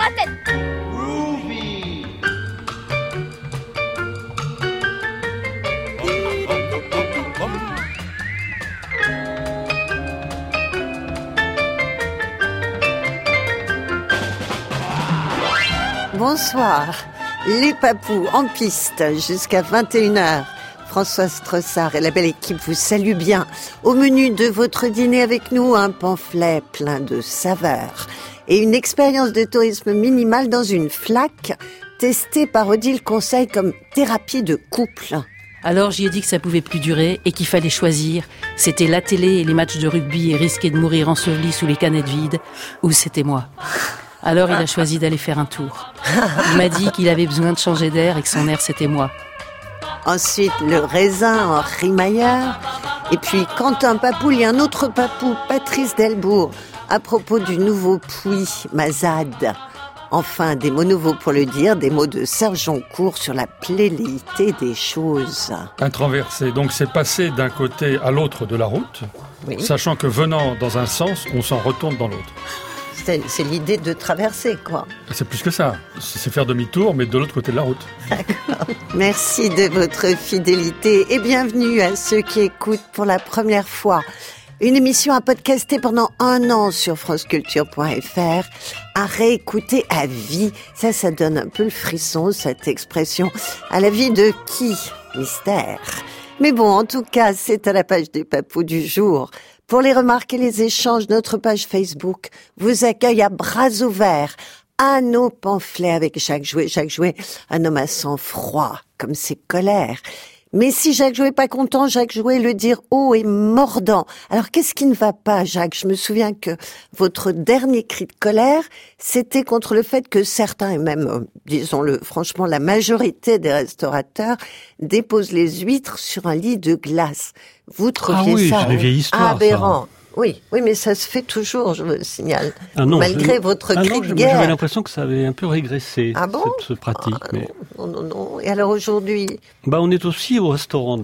la tête. Bonsoir, les papous en piste jusqu'à 21h. Françoise Trossard et la belle équipe vous saluent bien. Au menu de votre dîner avec nous, un pamphlet plein de saveurs et une expérience de tourisme minimale dans une flaque testée par Odile Conseil comme thérapie de couple. Alors j'y ai dit que ça pouvait plus durer et qu'il fallait choisir. C'était la télé et les matchs de rugby et risquer de mourir enseveli sous les canettes vides, ou c'était moi. Alors il a choisi d'aller faire un tour. Il m'a dit qu'il avait besoin de changer d'air et que son air c'était moi. Ensuite, le raisin en rimailleur. Et puis, Quentin Papouille et un autre papou, Patrice Delbourg, à propos du nouveau Puy, Mazade. Enfin, des mots nouveaux pour le dire, des mots de Serge Joncourt sur la pluralité des choses. Intraversé, donc c'est passer d'un côté à l'autre de la route, oui. Sachant que venant dans un sens, on s'en retourne dans l'autre. C'est l'idée de traverser, quoi. C'est plus que ça. C'est faire demi-tour, mais de l'autre côté de la route. D'accord. Merci de votre fidélité et bienvenue à ceux qui écoutent pour la première fois. Une émission à podcaster pendant 1 an sur franceculture.fr, à réécouter à vie. Ça donne un peu le frisson, cette expression. À la vie de qui ? Mystère. Mais bon, en tout cas, c'est à la page des papous du jour. Pour les remarques et les échanges, notre page Facebook vous accueille à bras ouverts, à nos pamphlets avec Jacques Jouet, un homme à sang-froid, comme ses colères. Mais si Jacques Jouet est pas content, Jacques Jouet le dire haut et mordant. Alors qu'est-ce qui ne va pas, Jacques ? Je me souviens que votre dernier cri de colère, c'était contre le fait que certains, et même, disons-le franchement, la majorité des restaurateurs déposent les huîtres sur un lit de glace. Vous trouviez ça c'est une vieille histoire, aberrant. ça. Oui, mais ça se fait toujours, je vous signale. Non, malgré votre cri de guerre. J'avais l'impression que ça avait un peu régressé, cette pratique. Mais... Non. Et alors aujourd'hui ? On est aussi au restaurant.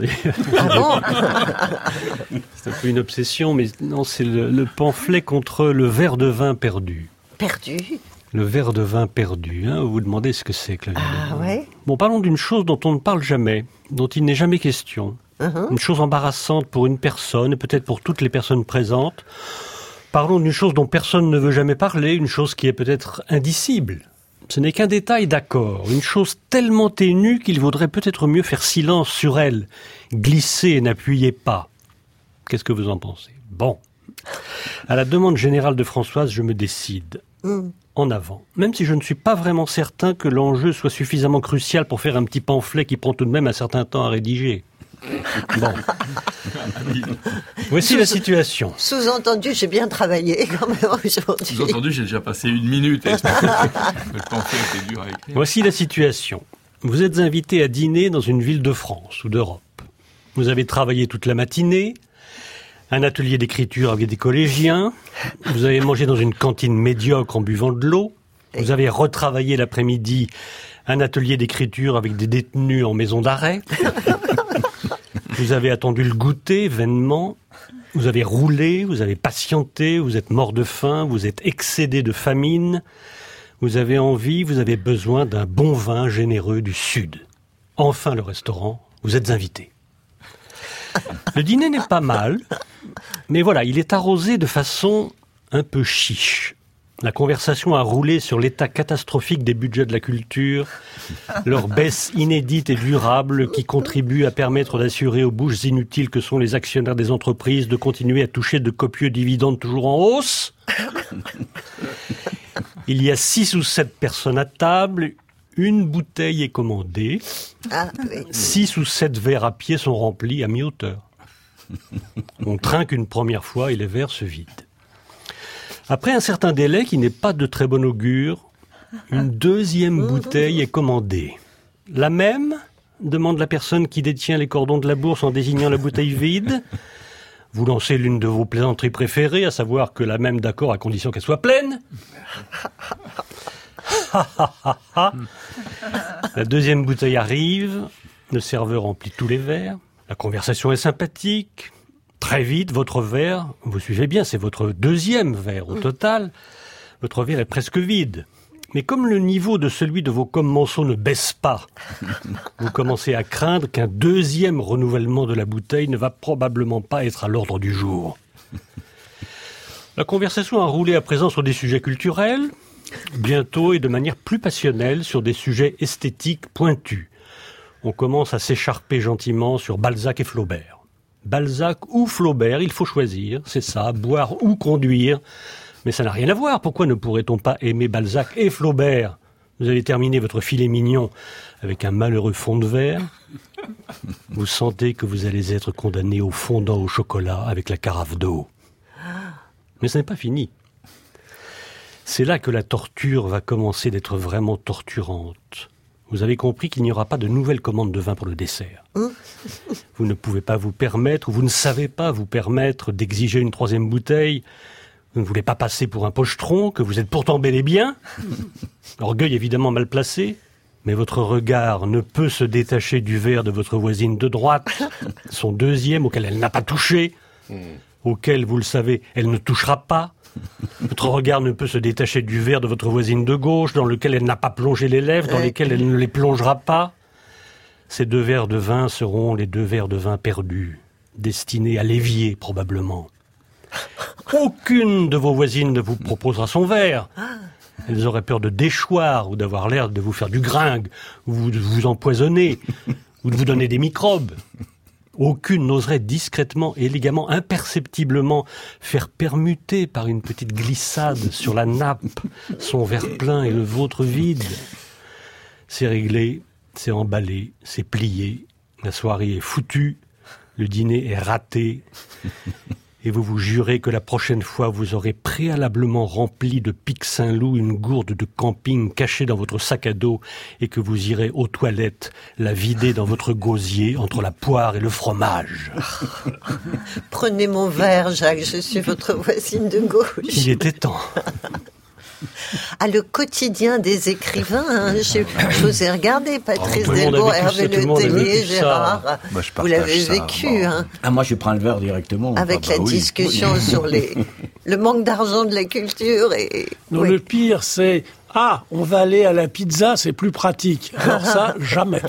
Ah bon ? C'est un peu une obsession, mais non, c'est le pamphlet contre le verre de vin perdu. Perdu ? Le verre de vin perdu, hein, vous vous demandez ce que c'est, Claudine. Ah ouais ? Bon, parlons d'une chose dont on ne parle jamais, dont il n'est jamais question. Une chose embarrassante pour une personne, et peut-être pour toutes les personnes présentes. Parlons d'une chose dont personne ne veut jamais parler, une chose qui est peut-être indicible. Ce n'est qu'un détail, d'accord, une chose tellement ténue qu'il vaudrait peut-être mieux faire silence sur elle. Glissez et n'appuyez pas. Qu'est-ce que vous en pensez ? Bon. À la demande générale de Françoise, je me décide. En avant. Même si je ne suis pas vraiment certain que l'enjeu soit suffisamment crucial pour faire un petit pamphlet qui prend tout de même un certain temps à rédiger. Bon. Voici la situation. Sous-entendu, j'ai bien travaillé quand même aujourd'hui. Sous-entendu, j'ai déjà passé 1 minute. Le pamphlet était dur à écrire. Voici la situation. Vous êtes invité à dîner dans une ville de France ou d'Europe. Vous avez travaillé toute la matinée, un atelier d'écriture avec des collégiens, vous avez mangé dans une cantine médiocre en buvant de l'eau, vous avez retravaillé l'après-midi un atelier d'écriture avec des détenus en maison d'arrêt. Vous avez attendu le goûter vainement, vous avez roulé, vous avez patienté, vous êtes mort de faim, vous êtes excédé de famine, vous avez envie, vous avez besoin d'un bon vin généreux du Sud. Enfin le restaurant, vous êtes invité. Le dîner n'est pas mal, mais voilà, il est arrosé de façon un peu chiche. La conversation a roulé sur l'état catastrophique des budgets de la culture, leur baisse inédite et durable qui contribue à permettre d'assurer aux bouches inutiles que sont les actionnaires des entreprises de continuer à toucher de copieux dividendes toujours en hausse. Il y a 6 ou 7 personnes à table, une bouteille est commandée, 6 ou 7 verres à pied sont remplis à mi-hauteur. On trinque une première fois et les verres se vident. Après un certain délai qui n'est pas de très bon augure, une deuxième bouteille est commandée. La même ? Demande la personne qui détient les cordons de la bourse en désignant la bouteille vide. Vous lancez l'une de vos plaisanteries préférées, à savoir que la même d'accord à condition qu'elle soit pleine. La deuxième bouteille arrive, le serveur remplit tous les verres. La conversation est sympathique. Très vite, votre verre, vous suivez bien, c'est votre deuxième verre au total. Votre verre est presque vide. Mais comme le niveau de celui de vos commensaux ne baisse pas, vous commencez à craindre qu'un deuxième renouvellement de la bouteille ne va probablement pas être à l'ordre du jour. La conversation a roulé à présent sur des sujets culturels, bientôt et de manière plus passionnelle sur des sujets esthétiques pointus. On commence à s'écharper gentiment sur Balzac et Flaubert. Balzac ou Flaubert, il faut choisir, c'est ça, boire ou conduire. Mais ça n'a rien à voir, pourquoi ne pourrait-on pas aimer Balzac et Flaubert ? Vous avez terminé votre filet mignon avec un malheureux fond de verre. Vous sentez que vous allez être condamné au fondant au chocolat avec la carafe d'eau. Mais ce n'est pas fini. C'est là que la torture va commencer d'être vraiment torturante. Vous avez compris qu'il n'y aura pas de nouvelle commande de vin pour le dessert. Vous ne pouvez pas vous permettre, ou vous ne savez pas vous permettre d'exiger une troisième bouteille. Vous ne voulez pas passer pour un pochetron, que vous êtes pourtant bel et bien. Orgueil évidemment mal placé, mais votre regard ne peut se détacher du verre de votre voisine de droite, son deuxième auquel elle n'a pas touché, auquel, vous le savez, elle ne touchera pas. Votre regard ne peut se détacher du verre de votre voisine de gauche, dans lequel elle n'a pas plongé les lèvres, dans lesquelles elle ne les plongera pas. Ces 2 verres de vin seront les 2 verres de vin perdus, destinés à l'évier probablement. Aucune de vos voisines ne vous proposera son verre. Elles auraient peur de déchoir ou d'avoir l'air de vous faire du gringue, ou de vous empoisonner, ou de vous donner des microbes. Aucune n'oserait discrètement, élégamment, imperceptiblement faire permuter par une petite glissade sur la nappe son verre plein et le vôtre vide. C'est réglé, c'est emballé, c'est plié, la soirée est foutue, le dîner est raté. Et vous vous jurez que la prochaine fois, vous aurez préalablement rempli de Pic Saint-Loup une gourde de camping cachée dans votre sac à dos et que vous irez aux toilettes la vider dans votre gosier entre la poire et le fromage. Prenez mon verre, Jacques, je suis votre voisine de gauche. Il était temps. Ah, le quotidien des écrivains, hein. Je vous ai regardé, Patrice Delbourg, Hervé Le Tellier, Gérard. Vous l'avez vécu. Hein. Moi, je prends le verre directement. Avec la discussion sur le manque d'argent de la culture. Non, le pire, c'est on va aller à la pizza, c'est plus pratique. Alors ça, jamais.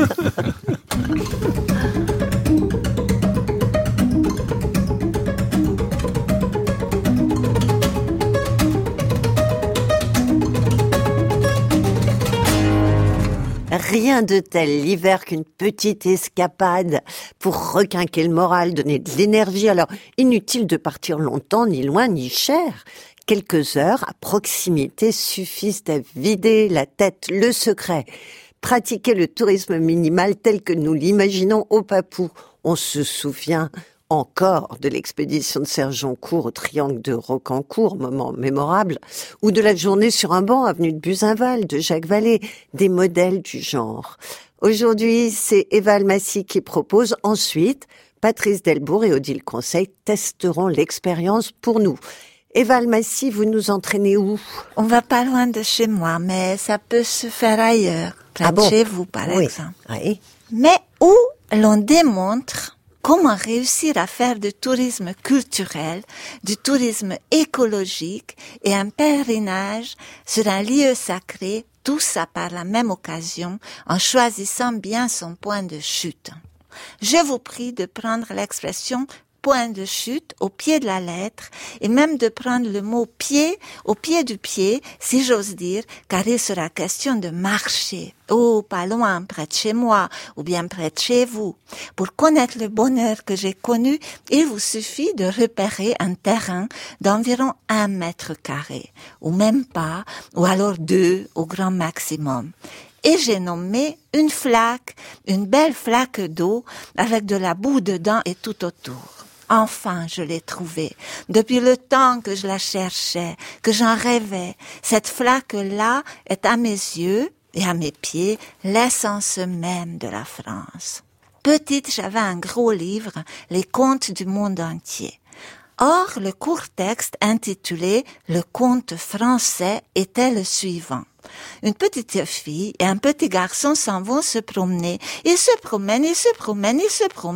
Rien de tel l'hiver qu'une petite escapade pour requinquer le moral, donner de l'énergie. Alors, inutile de partir longtemps, ni loin, ni cher. Quelques heures à proximité suffisent à vider la tête. Le secret, pratiquer le tourisme minimal tel que nous l'imaginons au Papou. On se souvient encore de l'expédition de Serge Joncourt au triangle de Rocancourt, moment mémorable, ou de la journée sur un banc avenue de Buzenval de Jacques Vallée, des modèles du genre. Aujourd'hui, c'est Eva Almassi qui propose. Ensuite, Patrice Delbourg et Odile Conseil testeront l'expérience pour nous. Eva Almassi, vous nous entraînez où? On va pas loin de chez moi, mais ça peut se faire ailleurs, près de chez vous par exemple. Oui. Mais où l'on démontre comment réussir à faire du tourisme culturel, du tourisme écologique et un pèlerinage sur un lieu sacré, tout ça par la même occasion, en choisissant bien son point de chute. Je vous prie de prendre l'expression point de chute au pied de la lettre et même de prendre le mot pied au pied du pied, si j'ose dire, car il sera question de marcher. Oh, pas loin, près de chez moi, ou bien près de chez vous. Pour connaître le bonheur que j'ai connu, il vous suffit de repérer un terrain d'environ 1 mètre carré, ou même pas, ou alors 2 au grand maximum. Et j'ai nommé une flaque, une belle flaque d'eau avec de la boue dedans et tout autour. Enfin, je l'ai trouvée. Depuis le temps que je la cherchais, que j'en rêvais, cette flaque-là est à mes yeux et à mes pieds l'essence même de la France. Petite, j'avais un gros livre, Les contes du monde entier. Or, le court texte intitulé « Le conte français » était le suivant. Une petite fille et un petit garçon s'en vont se promener. Ils se promènent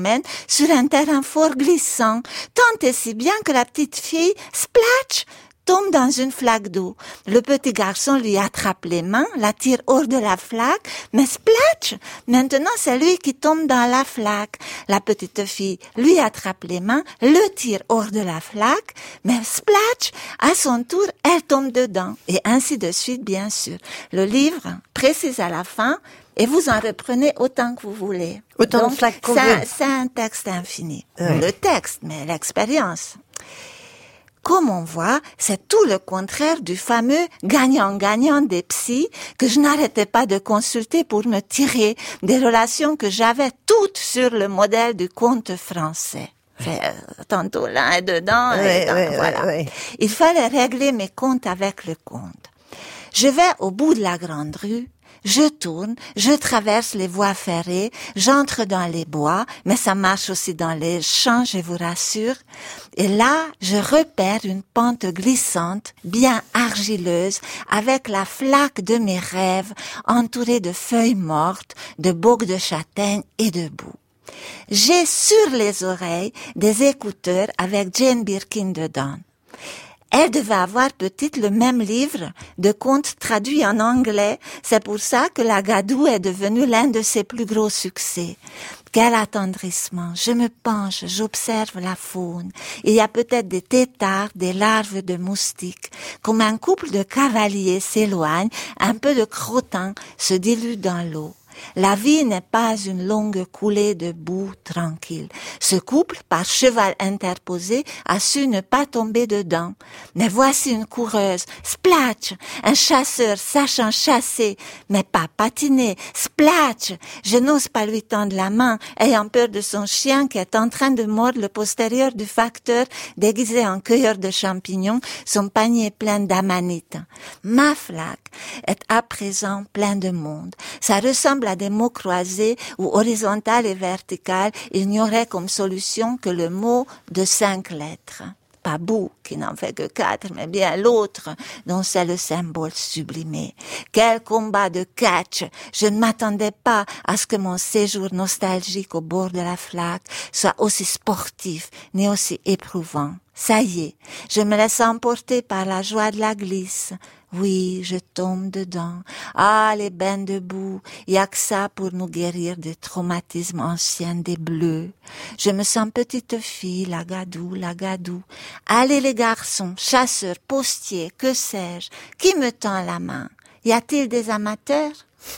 sur un terrain fort glissant, tant et si bien que la petite fille, splatch, tombe dans une flaque d'eau. Le petit garçon lui attrape les mains, la tire hors de la flaque, mais splatch! Maintenant, c'est lui qui tombe dans la flaque. La petite fille lui attrape les mains, le tire hors de la flaque, mais splatch! À son tour, elle tombe dedans. Et ainsi de suite, bien sûr. Le livre précise à la fin, et vous en reprenez autant que vous voulez. Autant de flaques qu'on veut. C'est un texte infini. Le texte, mais l'expérience. Comme on voit, c'est tout le contraire du fameux gagnant-gagnant des psys que je n'arrêtais pas de consulter pour me tirer des relations que j'avais toutes sur le modèle du conte français. Tantôt l'un est dedans, voilà. Il fallait régler mes comptes avec le conte. Je vais au bout de la grande rue, je tourne, je traverse les voies ferrées, j'entre dans les bois, mais ça marche aussi dans les champs, je vous rassure. Et là, je repère une pente glissante, bien argileuse, avec la flaque de mes rêves, entourée de feuilles mortes, de bogues de châtaigne et de boue. J'ai sur les oreilles des écouteurs avec Jane Birkin dedans. Elle devait avoir petite le même livre de contes traduits en anglais. C'est pour ça que La Gadoue est devenue l'un de ses plus gros succès. Quel attendrissement. Je me penche, j'observe la faune. Il y a peut-être des têtards, des larves de moustiques. Comme un couple de cavaliers s'éloigne, un peu de crottin se dilue dans l'eau. La vie n'est pas une longue coulée de boue tranquille. Ce couple, par cheval interposé, a su ne pas tomber dedans. Mais voici une coureuse, splatch, un chasseur sachant chasser, mais pas patiner, splatch. Je n'ose pas lui tendre la main, ayant peur de son chien qui est en train de mordre le postérieur du facteur déguisé en cueilleur de champignons, son panier plein d'amanites. Ma flaque est à présent plein de monde. Ça ressemble à des mots croisés où horizontal et vertical, il n'y aurait comme solution que le mot de 5 lettres. Pas boue, qui n'en fait que 4, mais bien l'autre, dont c'est le symbole sublimé. Quel combat de catch! Je ne m'attendais pas à ce que mon séjour nostalgique au bord de la flaque soit aussi sportif, ni aussi éprouvant. Ça y est, je me laisse emporter par la joie de la glisse. Oui, je tombe dedans. Ah, les bains de boue, y a que ça pour nous guérir des traumatismes anciens des bleus. Je me sens petite fille, la gadoue. Allez les garçons, chasseurs, postiers, que sais-je, qui me tend la main? Y a-t-il des amateurs?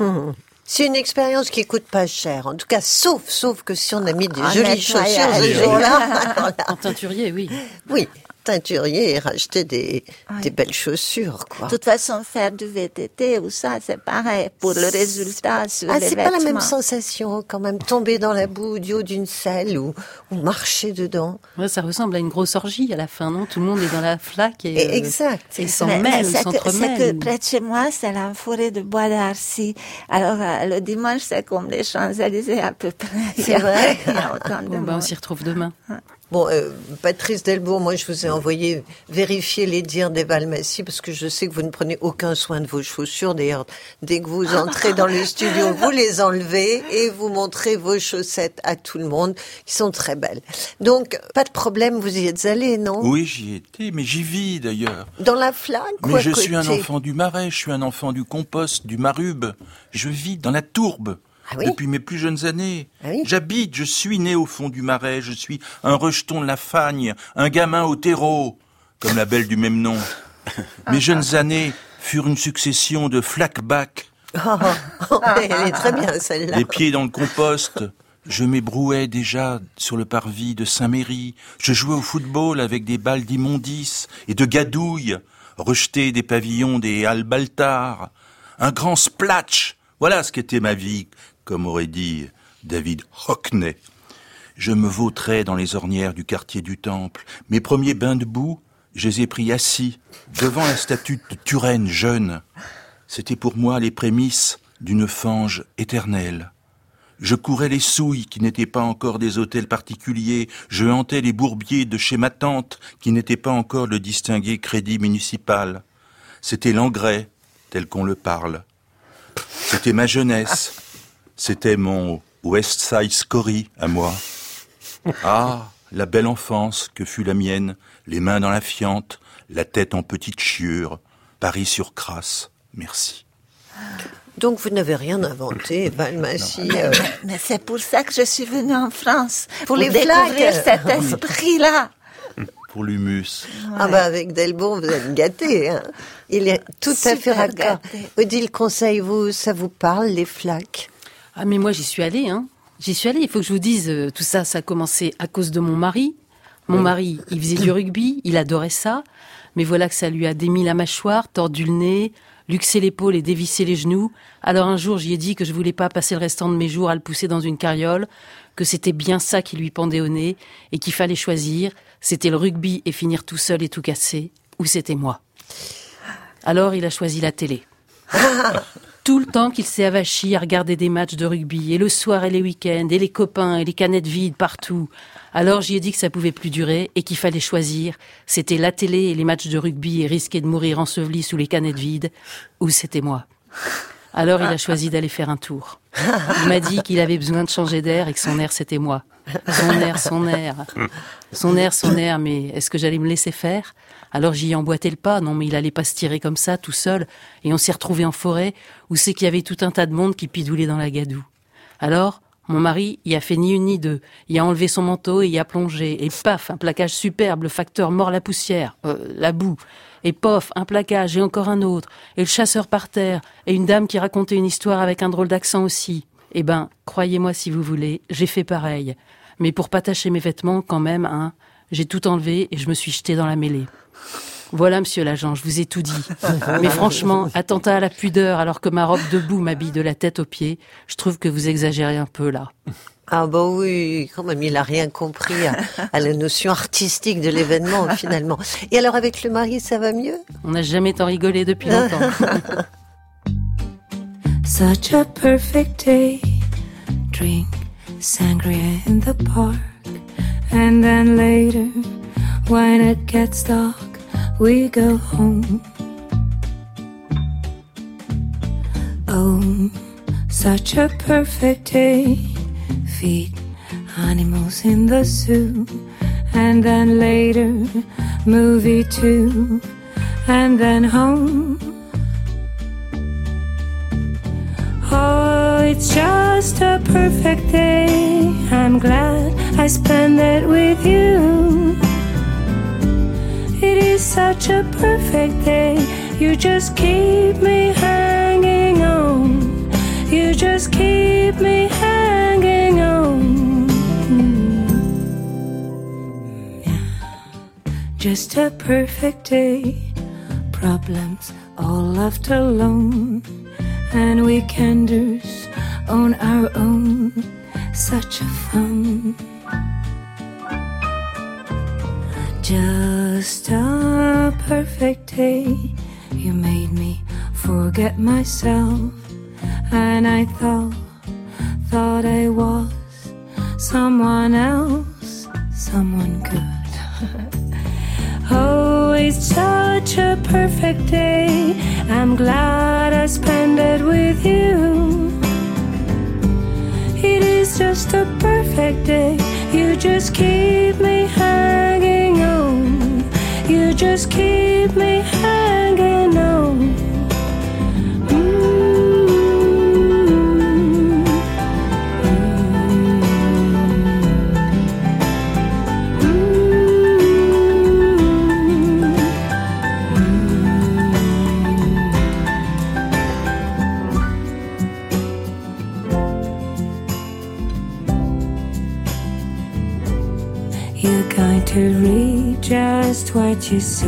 C'est une expérience qui coûte pas cher. En tout cas, sauf que si on a mis des jolies chaussures ce jour-là. En teinturier, oui. Oui. Teinturier et racheter des belles chaussures, quoi. De toute façon, faire du VTT ou ça, c'est pareil pour le résultat sur les c'est vêtements. pas la même sensation, quand même, tomber dans la boue du haut d'une selle ou marcher dedans. Ouais, ça ressemble à une grosse orgie à la fin, non? Tout le monde est dans la flaque et exact. Ils s'en mêlent, ils s'entremêlent. C'est que près de chez moi, c'est la forêt de Bois d'Arcy. Alors, le dimanche, c'est comme les Champs-Élysées à peu près. C'est vrai. Il y a autant de monde. On s'y retrouve demain. Bon, Patrice Delbourg, moi je vous ai envoyé vérifier les dires d'Eva Almassi parce que je sais que vous ne prenez aucun soin de vos chaussures. D'ailleurs, dès que vous entrez dans le studio, vous les enlevez et vous montrez vos chaussettes à tout le monde, qui sont très belles. Donc, pas de problème, vous y êtes allé, non? Oui, j'y étais, mais j'y vis d'ailleurs. Dans la flaque Mais je suis un enfant du Marais, je suis un enfant du compost, du Marube. Je vis dans la tourbe. Ah oui? Depuis mes plus jeunes années. Ah oui? Je suis né au fond du Marais, je suis un rejeton de la Fagne, un gamin au terreau, comme la belle du même nom. Mes jeunes années furent une succession de flaque-bac. Elle est très bien, celle-là. Les pieds dans le compost. Je m'ébrouais déjà sur le parvis de Saint-Méry. Je jouais au football avec des balles d'immondices et de gadouilles, rejetées des pavillons des Halles Baltard. Un grand splatch. Voilà ce qu'était ma vie, comme aurait dit David Hockney. Je me vautrais dans les ornières du quartier du Temple. Mes premiers bains de boue, je les ai pris assis, devant la statue de Turenne jeune. C'était pour moi les prémices d'une fange éternelle. Je courais les souilles qui n'étaient pas encore des hôtels particuliers. Je hantais les bourbiers de chez ma tante qui n'étaient pas encore le distingué crédit municipal. C'était l'engrais, tel qu'on le parle. C'était ma jeunesse. C'était mon West Side Story à moi. Ah, la belle enfance que fut la mienne, les mains dans la fiente, la tête en petite chiure, Paris-sur-Crasse, merci. Donc vous n'avez rien inventé, Valmassi. Mais c'est pour ça que je suis venue en France, pour les découvrir flaques. cet esprit-là. Pour l'humus. Ah bah avec Delbon, vous êtes gâtés. Hein. Il est tout à fait Super raccord. gâté. Odile Conseil, ça vous parle, les flaques? Ah mais moi j'y suis allée, hein. J'y suis allée, il faut que je vous dise, tout ça, ça a commencé à cause de mon mari. Mon mari, il faisait du rugby, il adorait ça, mais voilà que ça lui a démis la mâchoire, tordu le nez, luxé l'épaule et dévissé les genoux. Alors un jour, j'y ai dit que je voulais pas passer le restant de mes jours à le pousser dans une carriole, que c'était bien ça qui lui pendait au nez, et qu'il fallait choisir, c'était le rugby et finir tout seul et tout cassé, ou c'était moi. Alors il a choisi la télé. Tout le temps qu'il s'est avachi à regarder des matchs de rugby, et le soir et les week-ends, et les copains, et les canettes vides partout. Alors j'y ai dit que ça pouvait plus durer, et qu'il fallait choisir. C'était la télé et les matchs de rugby, et risquer de mourir enseveli sous les canettes vides, ou c'était moi. Alors il a choisi d'aller faire un tour. Il m'a dit qu'il avait besoin de changer d'air, et que son air c'était moi. Son air, mais est-ce que j'allais me laisser faire ? Alors j'y ai emboîté le pas, non mais il allait pas se tirer comme ça, tout seul, et on s'est retrouvés en forêt, où c'est qu'il y avait tout un tas de monde qui pidoulait dans la gadoue. Alors, mon mari, il a fait ni une ni deux, il a enlevé son manteau et il a plongé, et paf, un plaquage superbe, le facteur mord la poussière, la boue, et pof, un plaquage et encore un autre, et le chasseur par terre, et une dame qui racontait une histoire avec un drôle d'accent aussi. Eh ben, croyez-moi si vous voulez, j'ai fait pareil. Mais pour pas tacher mes vêtements, quand même, hein, j'ai tout enlevé et je me suis jetée dans la mêlée. Voilà, monsieur l'agent, je vous ai tout dit. Mais franchement, attentat à la pudeur alors que ma robe de boue m'habille de la tête aux pieds, je trouve que vous exagérez un peu là. Ah bah oui, quand même, il a rien compris à la notion artistique de l'événement, finalement. Et alors, avec le mari, ça va mieux? On n'a jamais tant rigolé depuis longtemps. Such a perfect day. Drink sangria in the park. And then later, when it gets dark, we go home. Oh, such a perfect day. Feed animals in the zoo. And then later, movie too. And then home. Oh, it's just a perfect day. I'm glad I spent it with you. It is such a perfect day. You just keep me hanging on. You just keep me hanging on. Yeah. Just a perfect day. Problems all left alone. And weekenders on our own, such a fun. Just a perfect day. You made me forget myself. And I thought I was someone else, someone good. Oh, it's such a perfect day. I'm glad I spent it with you. It is just a perfect day. You just keep me hanging on. You just keep me hanging on. You're going to read just what you sow.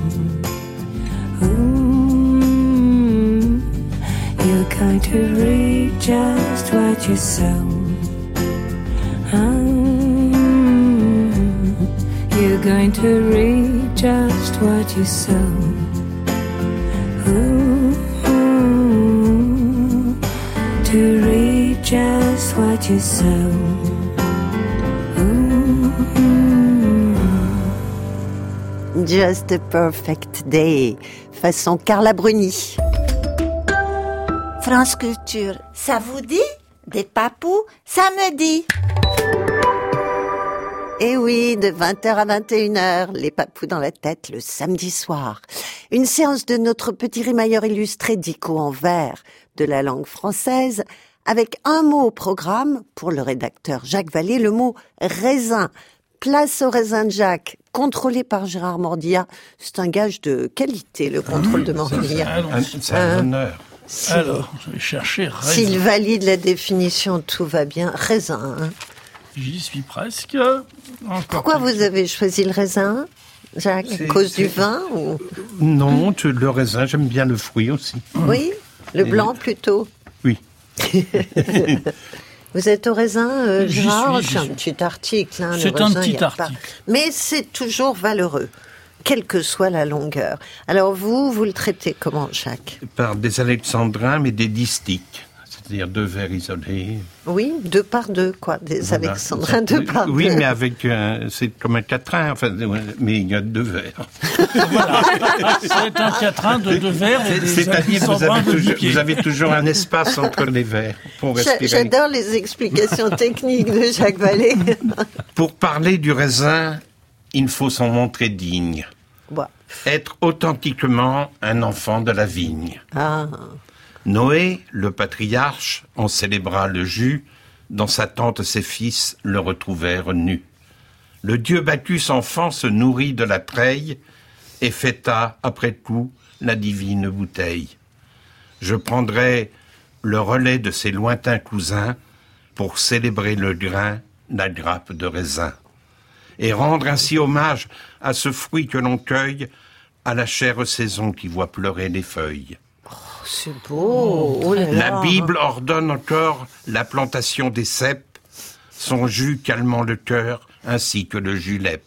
Ooh, you're going to read just what you sow. You're going to read just what you sow. Ooh, to read just what you sow. Just a perfect day, façon Carla Bruni. France Culture, ça vous dit? Des papous, ça me dit. Et oui, de 20h à 21h, les papous dans la tête le samedi soir. Une séance de notre petit rimailleur illustré dico en vers de la langue française, avec un mot au programme, pour le rédacteur Jacques Vallée, le mot raisin. Place au raisin de Jacques, contrôlé par Gérard Mordillat. C'est un gage de qualité, le contrôle de Mordillat. C'est un honneur. Alors, je vais chercher raisin. S'il valide la définition, tout va bien. Raisin, hein. J'y suis presque. Pourquoi vous avez choisi le raisin, Jacques? À cause du vin ou... Non, le raisin, j'aime bien le fruit aussi. Oui, le blanc plutôt. Oui. Vous êtes au raisin, Gérard? J'y C'est un suis. petit article. Hein, C'est le raisin, un petit y a article. pas. Mais c'est toujours valeureux, quelle que soit la longueur. Alors vous le traitez comment, Jacques? Par des alexandrins, mais des distiques. C'est-à-dire 2 vers isolés. Oui, 2 par 2, quoi. Des Voilà. alexandrins 2 par 2. Oui, mais avec c'est comme un quatrain, enfin, mais il y a 2 vers. Voilà. C'est un quatrain de 2 verres et des C'est-à-dire alexandrins de 10 pieds. vous avez toujours un espace entre les vers pour respirer. J'adore les explications techniques de Jacques Vallée. Pour parler du raisin, il faut s'en montrer digne. Bon. Être authentiquement un enfant de la vigne. Ah. Noé, le patriarche, en célébra le jus. Dans sa tente, ses fils le retrouvèrent nu. Le dieu Bacchus enfant se nourrit de la treille et fêta, après tout, la divine bouteille. Je prendrai le relais de ses lointains cousins pour célébrer le grain, la grappe de raisin, et rendre ainsi hommage à ce fruit que l'on cueille, à la chère saison qui voit pleurer les feuilles. C'est beau. Oh là là. La Bible ordonne encore la plantation des cèpes, son jus calmant le cœur, ainsi que le julep.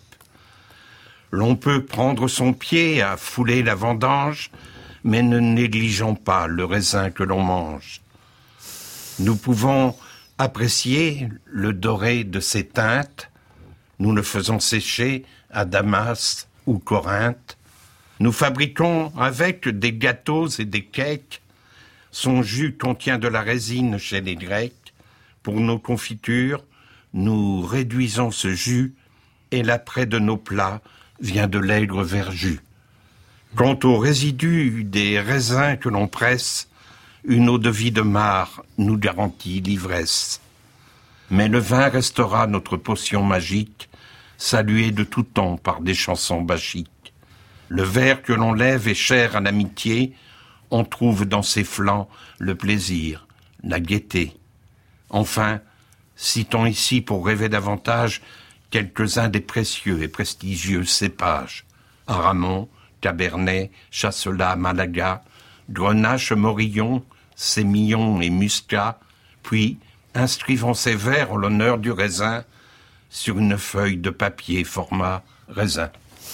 L'on peut prendre son pied à fouler la vendange, mais ne négligeons pas le raisin que l'on mange. Nous pouvons apprécier le doré de ses teintes, nous le faisons sécher à Damas ou Corinthe. Nous fabriquons avec des gâteaux et des cakes. Son jus contient de la résine chez les Grecs. Pour nos confitures, nous réduisons ce jus et l'après de nos plats vient de l'aigre verjus. Quant aux résidus des raisins que l'on presse, une eau-de-vie de mare nous garantit l'ivresse. Mais le vin restera notre potion magique, saluée de tout temps par des chansons bachiques. Le verre que l'on lève est cher à l'amitié, on trouve dans ses flancs le plaisir, la gaieté. Enfin, citons ici pour rêver davantage quelques-uns des précieux et prestigieux cépages. Aramon, Cabernet, Chasselas, Malaga, Grenache, Morillon, Sémillon et Muscat, puis inscrivons ces vers en l'honneur du raisin sur une feuille de papier format raisin.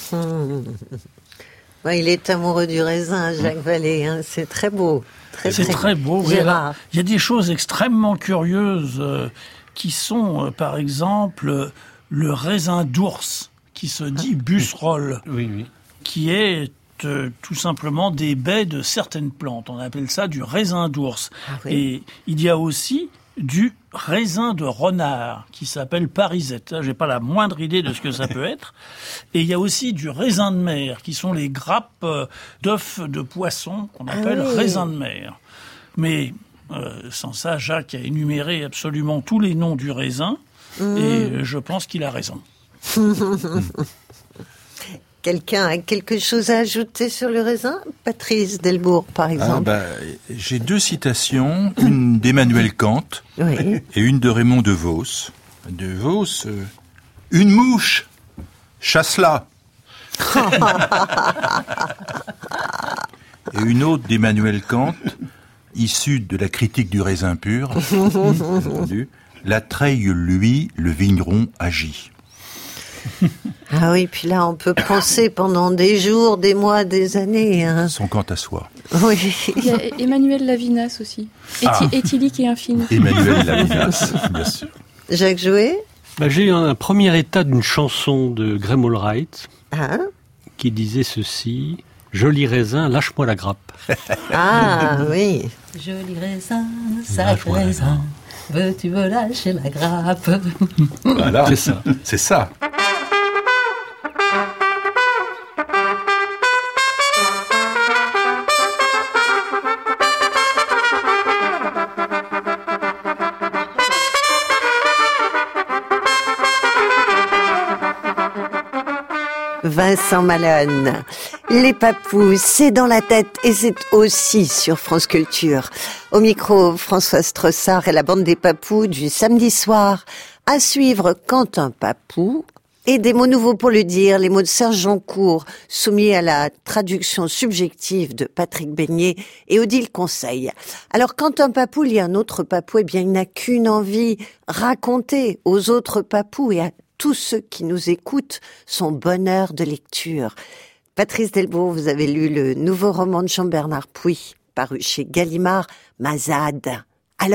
Ouais, il est amoureux du raisin, Jacques Vallée. Hein. C'est très beau. C'est très beau. Oui. Gérard. Il y a des choses extrêmement curieuses qui sont, par exemple, le raisin d'ours, qui se dit busserolles, Oui. qui est tout simplement des baies de certaines plantes. On appelle ça du raisin d'ours. Ah oui. Et il y a aussi du raisin de renard qui s'appelle parisette. Là, j'ai pas la moindre idée de ce que ça peut être. Et il y a aussi du raisin de mer, qui sont les grappes d'œufs de poisson qu'on appelle raisin de mer. Mais sans ça, Jacques a énuméré absolument tous les noms du raisin, et je pense qu'il a raison. Quelqu'un a quelque chose à ajouter sur le raisin? Patrice Delbourg, par exemple. J'ai 2 citations, une d'Emmanuel Kant Oui. et une de Raymond DeVos. Une mouche, chasse-la. Et une autre d'Emmanuel Kant, issue de la critique du raisin pur. Entendu. La treille, lui, le vigneron agit. Ah oui, puis là, on peut penser pendant des jours, des mois, des années. Hein. Son quant à soi. Oui. Il y a Emmanuel Lavinas aussi. Éthylique et infini. Emmanuel Lavinas, bien sûr. Jacques Jouet? J'ai eu un premier état d'une chanson de Graham Allwright Ah. qui disait ceci. Joli raisin, lâche-moi la grappe. Ah oui. Joli raisin, sacré raisin, veux-tu me lâcher la grappe? Voilà, c'est ça. Vincent Malone. Les papous, c'est dans la tête et c'est aussi sur France Culture. Au micro, Françoise Trossard et la bande des papous du samedi soir. À suivre Quentin Papou et des mots nouveaux pour le dire, les mots de Serge Joncourt, soumis à la traduction subjective de Patrick Beignet et Odile Conseil. Alors Quentin Papou lit un autre papou, eh bien il n'a qu'une envie, raconter aux autres papous et à tous ceux qui nous écoutent son bonheur de lecture. Patrice Delbourg, vous avez lu le nouveau roman de Jean-Bernard Puy, paru chez Gallimard, Mazade. Alors ?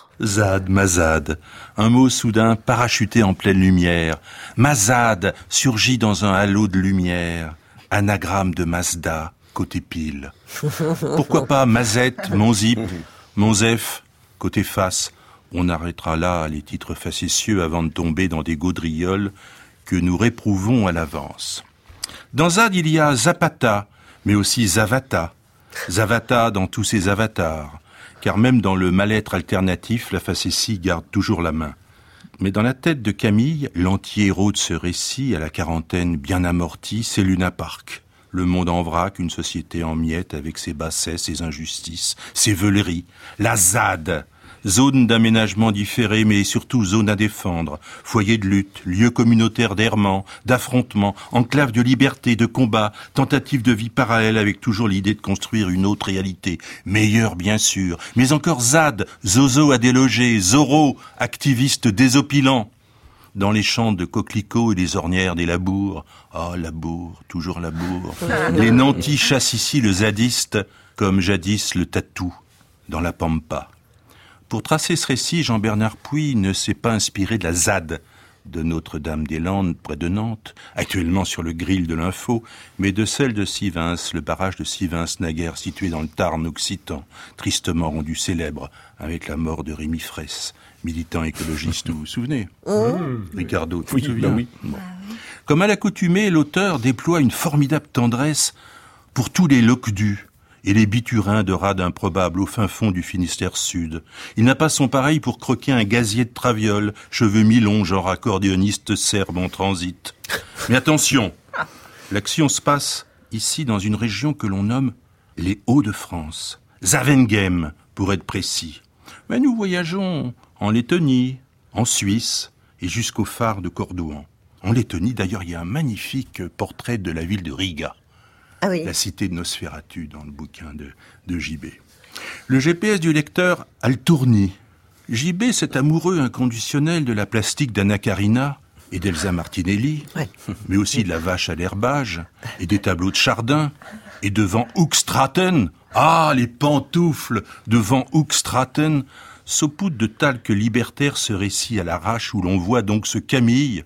Zad, Mazade, un mot soudain parachuté en pleine lumière. Mazade surgit dans un halo de lumière. Anagramme de Mazda, côté pile. Pourquoi pas Mazette, Monzip, Monzef, côté face. On arrêtera là les titres facétieux avant de tomber dans des gaudrioles que nous réprouvons à l'avance. Dans Zad, il y a Zapata, mais aussi Zavata. Zavata dans tous ses avatars, car même dans le mal-être alternatif, la facétie garde toujours la main. Mais dans la tête de Camille, l'anti-héros de ce récit, à la quarantaine bien amortie, c'est Luna Park. Le monde en vrac, une société en miettes avec ses bassesses, ses injustices, ses veuleries. La ZAD, zone d'aménagement différé, mais surtout zone à défendre, foyer de lutte, lieu communautaire d'errement, d'affrontement, enclave de liberté, de combat, tentative de vie parallèle avec toujours l'idée de construire une autre réalité, meilleure bien sûr, mais encore ZAD, zozo à déloger, Zorro, activiste désopilant. Dans les champs de coquelicots et les ornières des labours, labour, toujours labour, les nantis chassent ici le zadiste, comme jadis le tatou, dans la pampa. Pour tracer ce récit, Jean-Bernard Puy ne s'est pas inspiré de la ZAD de Notre-Dame-des-Landes, près de Nantes, actuellement sur le grill de l'info, mais de celle de Sivins, le barrage de Sivins naguère situé dans le Tarn occitan, tristement rendu célèbre avec la mort de Rémi Fraisse, militant écologiste, vous vous souvenez Ricardo, tu te souviens oui. Bon. Comme à l'accoutumée, l'auteur déploie une formidable tendresse pour tous les locdus et les biturins de rades improbables au fin fond du Finistère Sud. Il n'a pas son pareil pour croquer un gazier de traviole, cheveux mi-longs, genre accordéoniste serbe en transit. Mais attention, l'action se passe ici dans une région que l'on nomme les Hauts-de-France. Zavengem, pour être précis. Mais nous voyageons en Lettonie, en Suisse et jusqu'au phare de Cordouan. En Lettonie, d'ailleurs, il y a un magnifique portrait de la ville de Riga. Ah oui. La cité de Nosferatu dans le bouquin de JB. Le GPS du lecteur a le tournis. JB, cet amoureux inconditionnel de la plastique d'Anna Karina et d'Elsa Martinelli, mais aussi de la vache à l'herbage et des tableaux de Chardin, et devant Hoogstraten, les pantoufles devant Hoogstraten, saupoudre de talc libertaire ce récit à l'arrache où l'on voit donc ce Camille,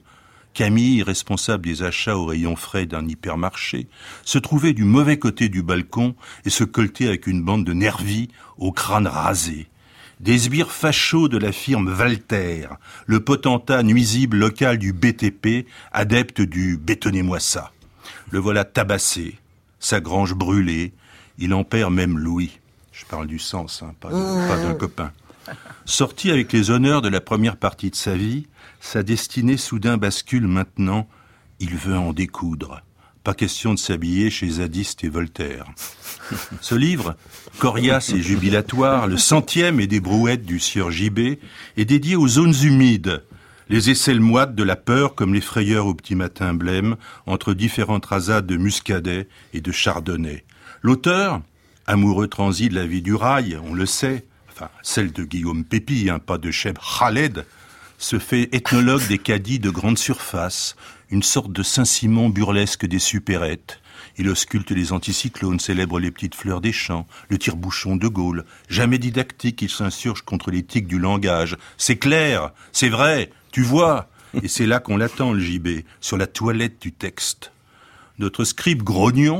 responsable des achats au rayon frais d'un hypermarché, se trouvait du mauvais côté du balcon et se coltait avec une bande de nervis au crâne rasé. Des sbires fachos de la firme Walter, le potentat nuisible local du BTP, adepte du « bétonnez-moi ça ». Le voilà tabassé, sa grange brûlée, il en perd même Louis. Je parle du sens, pas d'un copain. Sorti avec les honneurs de la première partie de sa vie, sa destinée soudain bascule maintenant, il veut en découdre. Pas question de s'habiller chez Zadiste et Voltaire. Ce livre, coriace et jubilatoire, le 100e et des brouettes du sieur JB, est dédié aux zones humides, les aisselles moites de la peur comme les frayeurs au petit matin blême, entre différentes rasades de muscadet et de chardonnay. L'auteur, amoureux transi de la vie du rail, on le sait, celle de Guillaume Pépi, pas de Cheb Khaled, se fait ethnologue des caddies de grande surface, une sorte de Saint-Simon burlesque des supérettes. Il ausculte les anticyclones, célèbre les petites fleurs des champs, le tire-bouchon de Gaulle. Jamais didactique, il s'insurge contre les tics du langage. C'est clair, c'est vrai, tu vois. Et c'est là qu'on l'attend, le JB, sur la toilette du texte. Notre scribe grognon,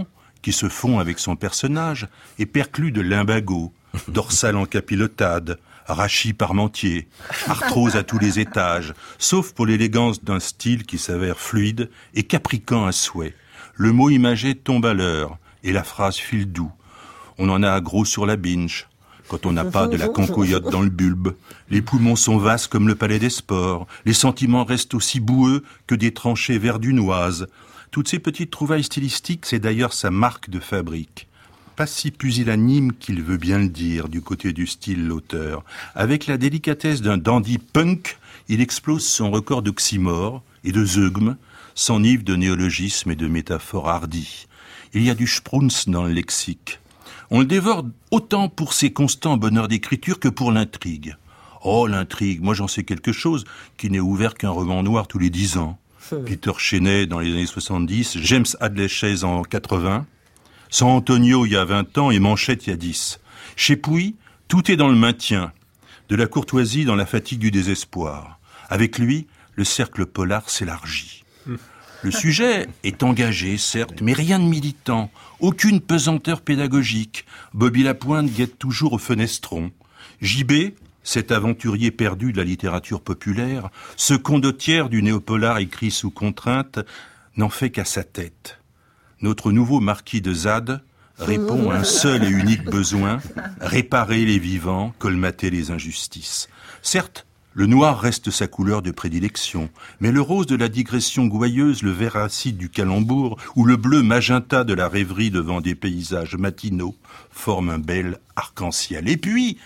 qui se fond avec son personnage, est perclus de lumbago, dorsal en capilotade, rachis parmentier, arthrose à tous les étages, sauf pour l'élégance d'un style qui s'avère fluide et capricant à souhait. Le mot imagé tombe à l'heure et la phrase file doux. On en a gros sur la binge, quand on n'a pas de la concoyote dans le bulbe. Les poumons sont vastes comme le palais des sports. Les sentiments restent aussi boueux que des tranchées verdunoises. Toutes ces petites trouvailles stylistiques, c'est d'ailleurs sa marque de fabrique. Pas si pusillanime qu'il veut bien le dire, du côté du style l'auteur. Avec la délicatesse d'un dandy punk, il explose son record d'oxymore et de zeugme, s'enivre de néologismes et de métaphores hardies. Il y a du sprunz dans le lexique. On le dévore autant pour ses constants bonheurs d'écriture que pour l'intrigue. Oh, l'intrigue, moi j'en sais quelque chose, qui n'est ouvert qu'un roman noir tous les 10 ans. Peter Cheney dans les années 70, James Hadley Chase en 80, San Antonio il y a 20 ans et Manchette il y a 10. Chez Pouy, tout est dans le maintien, de la courtoisie dans la fatigue du désespoir. Avec lui, le cercle polar s'élargit. Le sujet est engagé, certes, mais rien de militant, aucune pesanteur pédagogique. Bobby Lapointe guette toujours au fenestron. JB, cet aventurier perdu de la littérature populaire, ce condottière du néopolar écrit sous contrainte, n'en fait qu'à sa tête. Notre nouveau marquis de Sade répond à un seul et unique besoin, réparer les vivants, colmater les injustices. Certes, le noir reste sa couleur de prédilection, mais le rose de la digression gouailleuse, le vert acide du calembour ou le bleu magenta de la rêverie devant des paysages matinaux forment un bel arc-en-ciel. Et puis